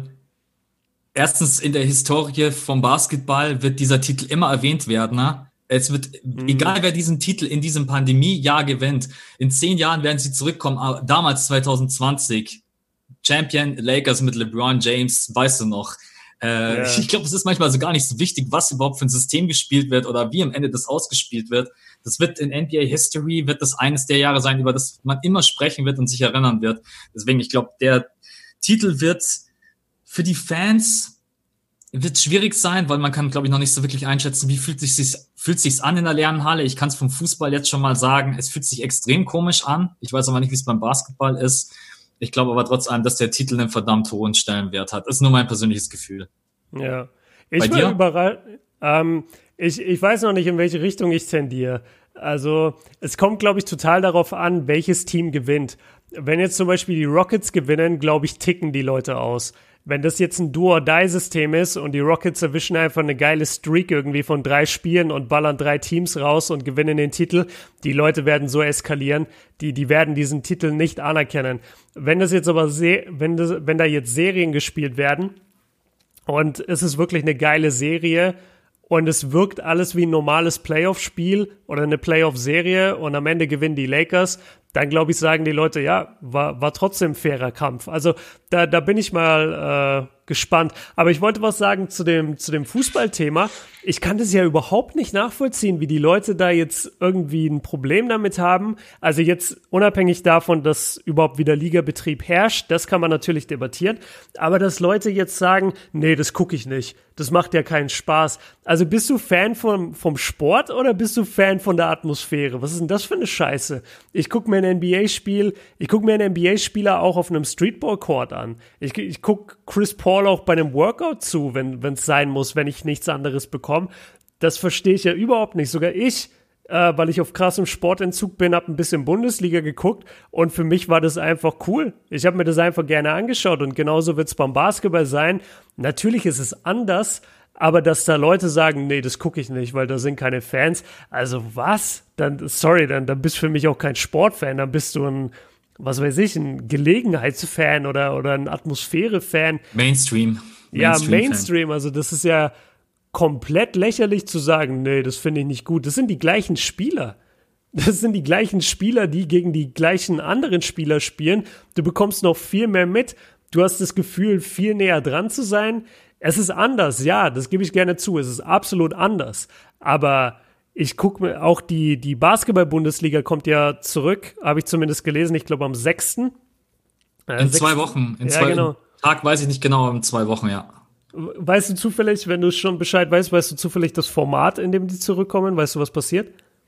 Speaker 1: erstens in der Historie vom Basketball wird dieser Titel immer erwähnt werden. Ne? Es wird, mhm. egal wer diesen Titel in diesem Pandemiejahr gewinnt, in zehn Jahren werden sie zurückkommen. Aber damals zwanzig zwanzig, Champion Lakers mit LeBron James, weißt du noch. Äh, yeah. Ich glaube, es ist manchmal so gar nicht so wichtig, was überhaupt für ein System gespielt wird oder wie am Ende das ausgespielt wird. Das wird in N B A History, wird das eines der Jahre sein, über das man immer sprechen wird und sich erinnern wird. Deswegen, ich glaube, der Titel wird für die Fans wird schwierig sein, weil man kann, glaube ich, noch nicht so wirklich einschätzen, wie fühlt sich fühlt sich's an in der leeren Halle. Ich kann es vom Fußball jetzt schon mal sagen, es fühlt sich extrem komisch an. Ich weiß aber nicht, wie es beim Basketball ist. Ich glaube aber trotz allem, dass der Titel einen verdammt hohen Stellenwert hat. Das ist nur mein persönliches Gefühl.
Speaker 2: Ja, ich bin überall. Ähm, ich, ich weiß noch nicht, in welche Richtung ich tendiere. Also es kommt, glaube ich, total darauf an, welches Team gewinnt. Wenn jetzt zum Beispiel die Rockets gewinnen, glaube ich, ticken die Leute aus. Wenn das jetzt ein Do-or-Die-System ist und die Rockets erwischen einfach eine geile Streak irgendwie von drei Spielen und ballern drei Teams raus und gewinnen den Titel, die Leute werden so eskalieren, die, die werden diesen Titel nicht anerkennen. Wenn das jetzt aber, se- wenn, das, wenn da jetzt Serien gespielt werden und es ist wirklich eine geile Serie und es wirkt alles wie ein normales Playoff-Spiel oder eine Playoff-Serie und am Ende gewinnen die Lakers, dann glaube ich, sagen die Leute, ja, war, war trotzdem ein fairer Kampf. Also da, da bin ich mal äh, gespannt. Aber ich wollte was sagen zu dem, zu dem Fußballthema. Ich kann das ja überhaupt nicht nachvollziehen, wie die Leute da jetzt irgendwie ein Problem damit haben. Also jetzt unabhängig davon, dass überhaupt wieder Ligabetrieb herrscht, das kann man natürlich debattieren. Aber dass Leute jetzt sagen, nee, das gucke ich nicht. Das macht ja keinen Spaß. Also bist du Fan vom, vom Sport oder bist du Fan von der Atmosphäre? Was ist denn das für eine Scheiße? Ich gucke mir ein N B A-Spiel, ich gucke mir einen N B A-Spieler auch auf einem Streetball-Court an. Ich, ich gucke Chris Paul auch bei einem Workout zu, wenn es sein muss, wenn ich nichts anderes bekomme. Das verstehe ich ja überhaupt nicht. Sogar ich, äh, weil ich auf krassem Sportentzug bin, habe ein bisschen Bundesliga geguckt und für mich war das einfach cool. Ich habe mir das einfach gerne angeschaut und genauso wird es beim Basketball sein. Natürlich ist es anders, Aber dass da Leute sagen, nee, das gucke ich nicht, weil da sind keine Fans. Also was? Dann, sorry, dann, dann bist du für mich auch kein Sportfan. Dann bist du ein, was weiß ich, ein Gelegenheitsfan oder, oder ein Atmosphäre-Fan.
Speaker 1: Mainstream.
Speaker 2: Ja,
Speaker 1: Mainstream.
Speaker 2: Mainstream. Also das ist ja komplett lächerlich zu sagen, nee, das finde ich nicht gut. Das sind die gleichen Spieler. Das sind die gleichen Spieler, die gegen die gleichen anderen Spieler spielen. Du bekommst noch viel mehr mit. Du hast das Gefühl, viel näher dran zu sein. Es ist anders, ja, das gebe ich gerne zu. Es ist absolut anders. Aber ich gucke mir auch die, die Basketball-Bundesliga kommt ja zurück, habe ich zumindest gelesen, ich glaube am sechsten
Speaker 1: Äh, in sechsten zwei Wochen. In
Speaker 2: ja,
Speaker 1: zwei
Speaker 2: genau.
Speaker 1: Tag weiß ich nicht genau, in zwei Wochen, ja.
Speaker 2: Weißt du zufällig, wenn du schon Bescheid weißt, weißt du zufällig das Format, in dem die zurückkommen? Weißt du, was passiert?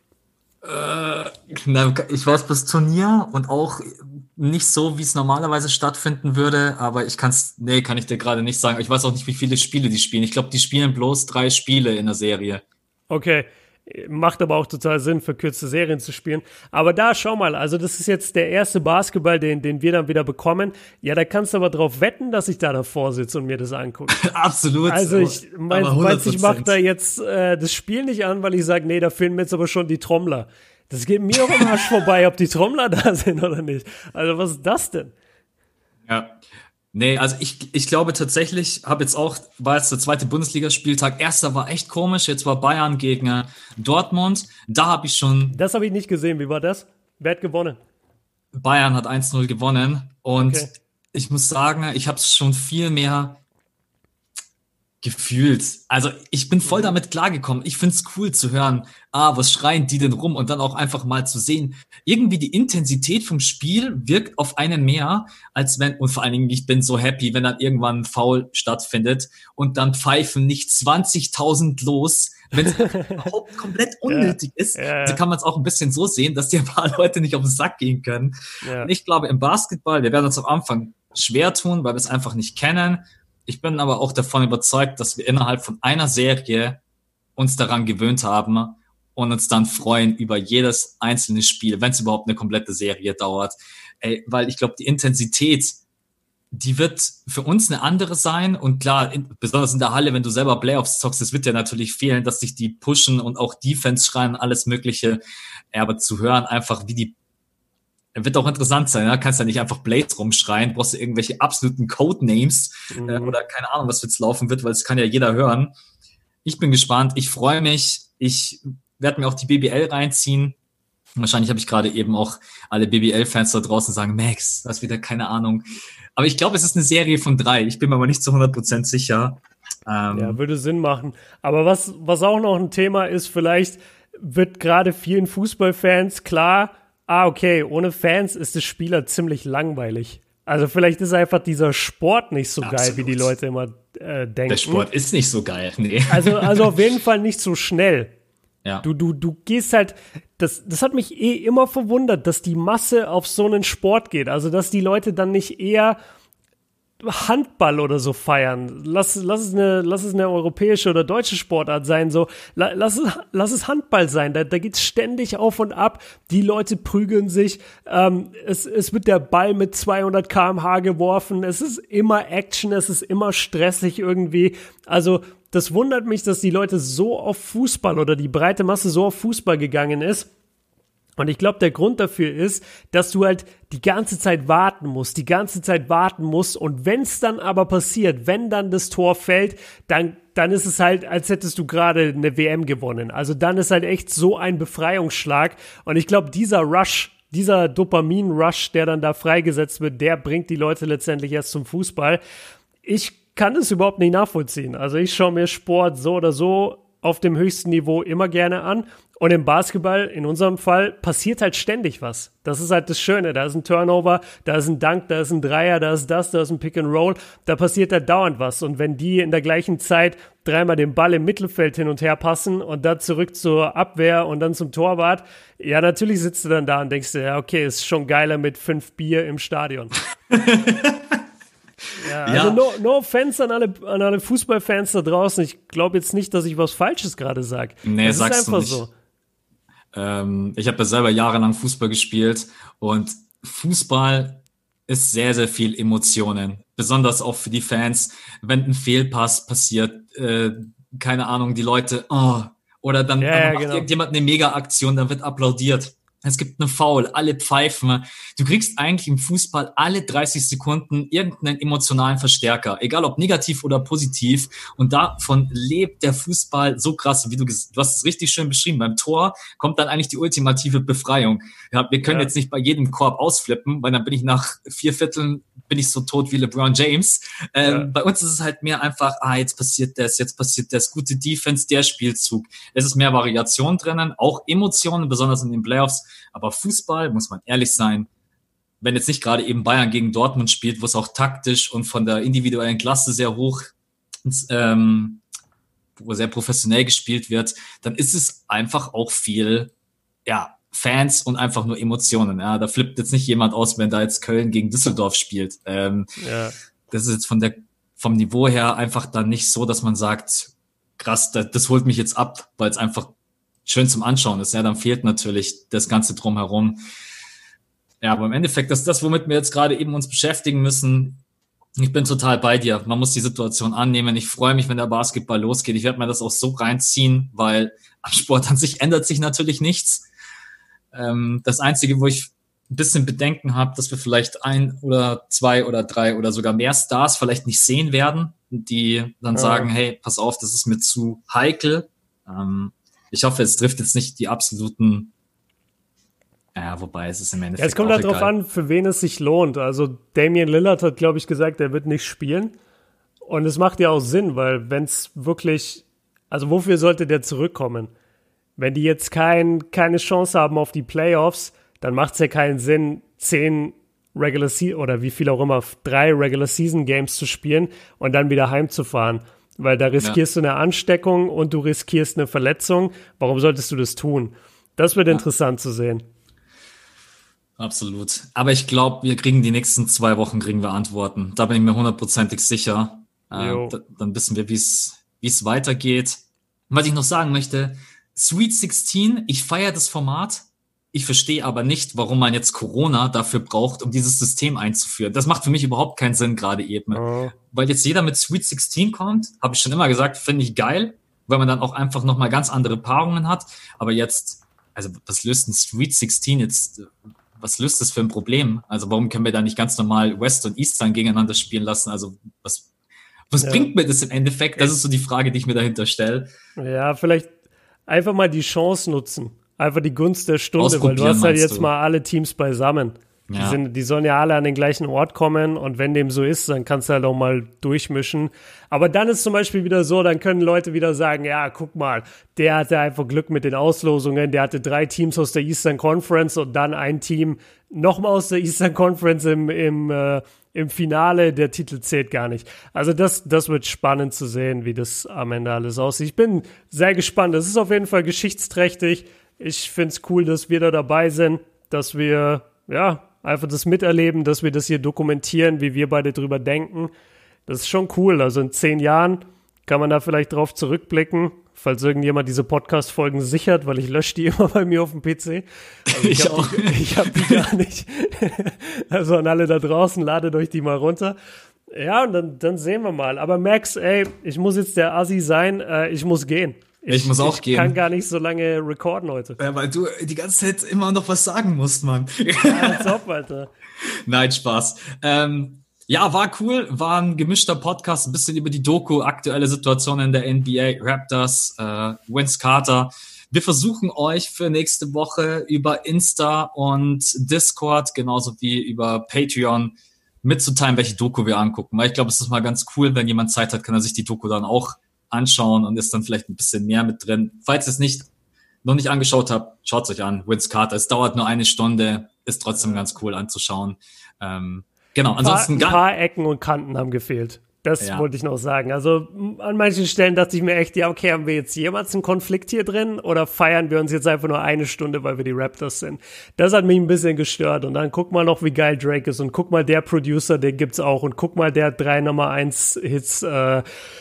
Speaker 1: Äh, na, ich weiß das Turnier und auch nicht so, wie es normalerweise stattfinden würde, aber ich kann's, nee, kann ich dir gerade nicht sagen. Ich weiß auch nicht, wie viele Spiele die spielen. Ich glaube, die spielen bloß drei Spiele in der Serie.
Speaker 2: Okay, macht aber auch total Sinn, verkürzte Serien zu spielen. Aber da, schau mal, also das ist jetzt der erste Basketball, den, den wir dann wieder bekommen. Ja, da kannst du aber drauf wetten, dass ich da davor sitze und mir das angucke.
Speaker 1: Absolut.
Speaker 2: Also ich mein, meinst, ich mache da jetzt äh, das Spiel nicht an, weil ich sage, nee, da fehlen mir jetzt aber schon die Trommler. Das geht mir auch im Arsch vorbei, ob die Trommler da sind oder nicht. Also was ist das denn?
Speaker 1: Ja. Nee, also ich, ich glaube tatsächlich, habe jetzt auch, war jetzt der zweite Bundesligaspieltag, erster war echt komisch, jetzt war Bayern gegen äh, Dortmund, da habe ich schon...
Speaker 2: Das habe ich nicht gesehen, wie war das? Wer hat gewonnen?
Speaker 1: Bayern hat eins null gewonnen und
Speaker 2: Okay.
Speaker 1: ich muss sagen, ich habe es schon viel mehr gefühlt. Also ich bin voll damit klargekommen. Ich find's cool zu hören, ah, was schreien die denn rum? Und dann auch einfach mal zu sehen, irgendwie die Intensität vom Spiel wirkt auf einen mehr, als wenn, und vor allen Dingen, ich bin so happy, wenn dann irgendwann ein Foul stattfindet und dann pfeifen nicht zwanzigtausend los, wenn es überhaupt komplett unnötig ja, ist. Ja, ja. Also kann man es auch ein bisschen so sehen, dass die ein paar Leute nicht auf den Sack gehen können. Ja. Und ich glaube, im Basketball, wir werden uns am Anfang schwer tun, weil wir es einfach nicht kennen. Ich bin aber auch davon überzeugt, dass wir innerhalb von einer Serie uns daran gewöhnt haben und uns dann freuen über jedes einzelne Spiel, wenn es überhaupt eine komplette Serie dauert. Ey, weil ich glaube, die Intensität, die wird für uns eine andere sein. Und klar, in, besonders in der Halle, wenn du selber Playoffs zockst, das wird dir natürlich fehlen, dass sich die pushen und auch Defense schreien, alles Mögliche. Ja, aber zu hören einfach, wie die wird auch interessant sein, ja? Kannst ja nicht einfach Blades rumschreien, brauchst du irgendwelche absoluten Codenames mhm. äh, oder keine Ahnung, was jetzt laufen wird, weil es kann ja jeder hören. Ich bin gespannt, ich freue mich, ich werde mir auch die B B L reinziehen. Wahrscheinlich habe ich gerade eben auch alle B B L-Fans da draußen sagen, Max, das ist wieder keine Ahnung. Aber ich glaube, es ist eine Serie von drei, ich bin mir aber nicht zu hundert Prozent sicher.
Speaker 2: Ähm, ja, würde Sinn machen. Aber was, was auch noch ein Thema ist, vielleicht wird gerade vielen Fußballfans klar, ah, okay, ohne Fans ist das Spieler ziemlich langweilig. Also vielleicht ist einfach dieser Sport nicht so Absolut. geil, wie die Leute immer äh, denken.
Speaker 1: Der Sport ist nicht so geil, nee.
Speaker 2: Also, also auf jeden Fall nicht so schnell.
Speaker 1: Ja.
Speaker 2: Du, du, du gehst halt, das, das hat mich eh immer verwundert, dass die Masse auf so einen Sport geht. Also, dass die Leute dann nicht eher Handball oder so feiern. Lass, lass, es eine, lass es eine europäische oder deutsche Sportart sein. So, lass, es, lass es Handball sein. Da, da geht's ständig auf und ab. Die Leute prügeln sich. Ähm, es, es wird der Ball mit zweihundert Kilometer pro Stunde geworfen. Es ist immer Action. Es ist immer stressig irgendwie. Also, das wundert mich, dass die Leute so auf Fußball oder die breite Masse so auf Fußball gegangen ist. Und ich glaube, der Grund dafür ist, dass du halt die ganze Zeit warten musst, die ganze Zeit warten musst. Und wenn es dann aber passiert, wenn dann das Tor fällt, dann, dann ist es halt, als hättest du gerade eine W M gewonnen. Also dann ist halt echt so ein Befreiungsschlag. Und ich glaube, dieser Rush, dieser Dopamin-Rush, der dann da freigesetzt wird, der bringt die Leute letztendlich erst zum Fußball. Ich kann es überhaupt nicht nachvollziehen. Also ich schaue mir Sport so oder so auf dem höchsten Niveau immer gerne an. Und im Basketball, in unserem Fall, passiert halt ständig was. Das ist halt das Schöne. Da ist ein Turnover, da ist ein Dunk, da ist ein Dreier, da ist das, da ist ein Pick and Roll. Da passiert halt dauernd was. Und wenn die in der gleichen Zeit dreimal den Ball im Mittelfeld hin und her passen und dann zurück zur Abwehr und dann zum Torwart, ja, natürlich sitzt du dann da und denkst dir, ja, okay, ist schon geiler mit fünf Bier im Stadion. Ja, also ja. no, no offense an alle, an alle Fußballfans da draußen. Ich glaube jetzt nicht, dass ich was Falsches gerade sage.
Speaker 1: Nee,
Speaker 2: das
Speaker 1: sagst
Speaker 2: ist einfach
Speaker 1: du nicht.
Speaker 2: so.
Speaker 1: Ähm, ich habe ja selber jahrelang Fußball gespielt und Fußball ist sehr, sehr viel Emotionen. Besonders auch für die Fans, wenn ein Fehlpass passiert, äh, keine Ahnung, die Leute, oh, oder dann,
Speaker 2: Ja,
Speaker 1: dann
Speaker 2: ja,
Speaker 1: macht
Speaker 2: genau.
Speaker 1: irgendjemand eine Mega-Aktion, dann wird applaudiert. Es gibt eine Foul, alle pfeifen. Du kriegst eigentlich im Fußball alle dreißig Sekunden irgendeinen emotionalen Verstärker, egal ob negativ oder positiv. Und davon lebt der Fußball so krass, wie du, du hast es richtig schön beschrieben. Beim Tor kommt dann eigentlich die ultimative Befreiung. Ja, wir können
Speaker 2: Ja.
Speaker 1: jetzt nicht bei jedem Korb ausflippen, weil dann bin ich nach vier Vierteln bin ich so tot wie LeBron James. Ähm,
Speaker 2: Ja.
Speaker 1: Bei uns ist es halt mehr einfach, ah, jetzt passiert das, jetzt passiert das, gute Defense, der Spielzug. Es ist mehr Variation drinnen, auch Emotionen, besonders in den Playoffs. Aber Fußball, muss man ehrlich sein, wenn jetzt nicht gerade eben Bayern gegen Dortmund spielt, wo es auch taktisch und von der individuellen Klasse sehr hoch, ähm, wo sehr professionell gespielt wird, dann ist es einfach auch viel, ja, Fans und einfach nur Emotionen. Ja, da flippt jetzt nicht jemand aus, wenn da jetzt Köln gegen Düsseldorf spielt. Ähm,
Speaker 2: Ja.
Speaker 1: Das ist jetzt von der, vom Niveau her einfach dann nicht so, dass man sagt, krass, das, das holt mich jetzt ab, weil es einfach schön zum Anschauen ist. Ja, dann fehlt natürlich das Ganze drumherum. Ja, aber im Endeffekt ist das, womit wir jetzt gerade eben uns beschäftigen müssen. Ich bin total bei dir. Man muss die Situation annehmen. Ich freue mich, wenn der Basketball losgeht. Ich werde mir das auch so reinziehen, weil am Sport an sich ändert sich natürlich nichts. Ähm, das Einzige, wo ich ein bisschen Bedenken habe, dass wir vielleicht ein oder zwei oder drei oder sogar mehr Stars vielleicht nicht sehen werden, die dann
Speaker 2: Ja.
Speaker 1: sagen, hey, pass auf, das ist mir zu heikel. Ähm, ich hoffe, es trifft jetzt nicht die absoluten, ja, wobei es ist im Endeffekt
Speaker 2: Ja, es kommt
Speaker 1: auch
Speaker 2: halt drauf
Speaker 1: egal.
Speaker 2: an, für wen es sich lohnt. Also Damian Lillard hat, glaube ich, gesagt, er wird nicht spielen. Und es macht ja auch Sinn, weil wenn es wirklich, also wofür sollte der zurückkommen? Wenn die jetzt kein, keine Chance haben auf die Playoffs, dann macht es ja keinen Sinn, zehn Regular Season oder wie viel auch immer, drei Regular Season Games zu spielen und dann wieder heimzufahren. Weil da riskierst du eine Ansteckung und du riskierst eine Verletzung. Warum solltest du das tun? Das wird
Speaker 1: Ja.
Speaker 2: interessant zu sehen.
Speaker 1: Absolut. Aber ich glaube, wir kriegen die nächsten zwei Wochen kriegen wir Antworten. Da bin ich mir hundertprozentig sicher. Äh,
Speaker 2: Jo.
Speaker 1: da, dann wissen wir, wie es wie es weitergeht. Und was ich noch sagen möchte, Sweet sechzehn, ich feiere das Format. Ich verstehe aber nicht, warum man jetzt Corona dafür braucht, um dieses System einzuführen. Das macht für mich überhaupt keinen Sinn gerade eben.
Speaker 2: Oh.
Speaker 1: Weil jetzt jeder mit Sweet sechzehn kommt, habe ich schon immer gesagt, finde ich geil, weil man dann auch einfach nochmal ganz andere Paarungen hat. Aber jetzt, also was löst ein Sweet sechzehn jetzt, was löst das für ein Problem? Also warum können wir da nicht ganz normal West und East dann gegeneinander spielen lassen? Also was, was
Speaker 2: Ja.
Speaker 1: bringt mir das im Endeffekt? Das ist so die Frage, die ich mir dahinter stelle.
Speaker 2: Ja, vielleicht einfach mal die Chance nutzen. Einfach die Gunst der Stunde, weil du
Speaker 1: Ausprobieren,
Speaker 2: hast halt
Speaker 1: meinst
Speaker 2: jetzt
Speaker 1: du?
Speaker 2: mal alle Teams beisammen. Die,
Speaker 1: Ja.
Speaker 2: sind, die sollen ja alle an den gleichen Ort kommen und wenn dem so ist, dann kannst du halt auch mal durchmischen. Aber dann ist zum Beispiel wieder so, dann können Leute wieder sagen, ja, guck mal, der hatte einfach Glück mit den Auslosungen, der hatte drei Teams aus der Eastern Conference und dann ein Team nochmal aus der Eastern Conference im, im, äh, im Finale, der Titel zählt gar nicht. Also das, das wird spannend zu sehen, wie das am Ende alles aussieht. Ich bin sehr gespannt. Das ist auf jeden Fall geschichtsträchtig. Ich finde es cool, dass wir da dabei sind, dass wir, ja, einfach das miterleben, dass wir das hier dokumentieren, wie wir beide drüber denken. Das ist schon cool. Also in zehn Jahren kann man da vielleicht drauf zurückblicken, falls irgendjemand diese Podcast-Folgen sichert, weil ich lösche die immer bei mir auf dem P C. Also ich
Speaker 1: Ich
Speaker 2: habe
Speaker 1: auch.
Speaker 2: die, ich hab die gar nicht. Also an alle da draußen, ladet euch die mal runter. Ja, und dann, dann sehen wir mal. Aber Max, ey, ich muss jetzt der Assi sein, äh, ich muss gehen.
Speaker 1: Ich muss auch
Speaker 2: ich
Speaker 1: gehen.
Speaker 2: Ich kann gar nicht so lange recorden heute.
Speaker 1: Ja, weil du die ganze Zeit immer noch was sagen musst, Mann.
Speaker 2: Als ob, Alter.
Speaker 1: Nein, Spaß. Ähm, ja, war cool, war ein gemischter Podcast, ein bisschen über die Doku, aktuelle Situation in der N B A, Raptors, äh, Vince Carter. Wir versuchen euch für nächste Woche über Insta und Discord, genauso wie über Patreon, mitzuteilen, welche Doku wir angucken. Weil ich glaube, es ist mal ganz cool, wenn jemand Zeit hat, kann er sich die Doku dann auch anschauen und ist dann vielleicht ein bisschen mehr mit drin. Falls ihr es nicht noch nicht angeschaut habt, schaut es euch an. Vince Carter. Es dauert nur eine Stunde, ist trotzdem ganz cool anzuschauen. Ähm, genau,
Speaker 2: Ein paar,
Speaker 1: ansonsten
Speaker 2: ein
Speaker 1: gar
Speaker 2: paar Ecken und Kanten haben gefehlt. Das
Speaker 1: Ja.
Speaker 2: wollte ich noch sagen. Also m- an manchen Stellen dachte ich mir echt, ja, okay, haben wir jetzt jemals einen Konflikt hier drin oder feiern wir uns jetzt einfach nur eine Stunde, weil wir die Raptors sind? Das hat mich ein bisschen gestört. Und dann guck mal noch, wie geil Drake ist und guck mal, der Producer, den gibt's auch und guck mal, der hat drei Nummer eins Hits äh,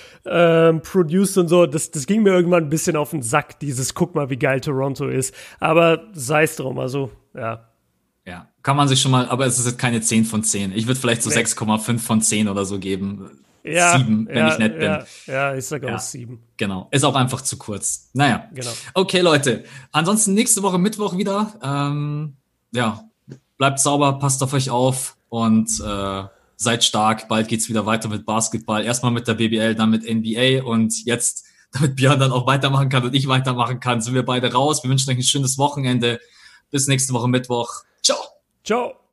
Speaker 2: ähm, produced und so. Das, das ging mir irgendwann ein bisschen auf den Sack, dieses guck mal, wie geil Toronto ist. Aber sei's drum, also, ja.
Speaker 1: Ja, kann man sich schon mal, aber es ist jetzt keine zehn von zehn. Ich würde vielleicht so
Speaker 2: Nee.
Speaker 1: sechs Komma fünf von zehn oder so geben.
Speaker 2: Ja,
Speaker 1: sieben, wenn
Speaker 2: ja,
Speaker 1: ich nett bin.
Speaker 2: Ja, ja ich sag auch
Speaker 1: Ja,
Speaker 2: sieben.
Speaker 1: genau. Ist auch einfach zu kurz. Naja.
Speaker 2: Genau.
Speaker 1: Okay, Leute. Ansonsten nächste Woche Mittwoch wieder. Ähm, ja, bleibt sauber, passt auf euch auf und äh, seid stark. Bald geht's wieder weiter mit Basketball. Erstmal mit der B B L, dann mit N B A und jetzt, damit Björn dann auch weitermachen kann und ich weitermachen kann, sind wir beide raus. Wir wünschen euch ein schönes Wochenende. Bis nächste Woche Mittwoch. Ciao.
Speaker 2: Ciao.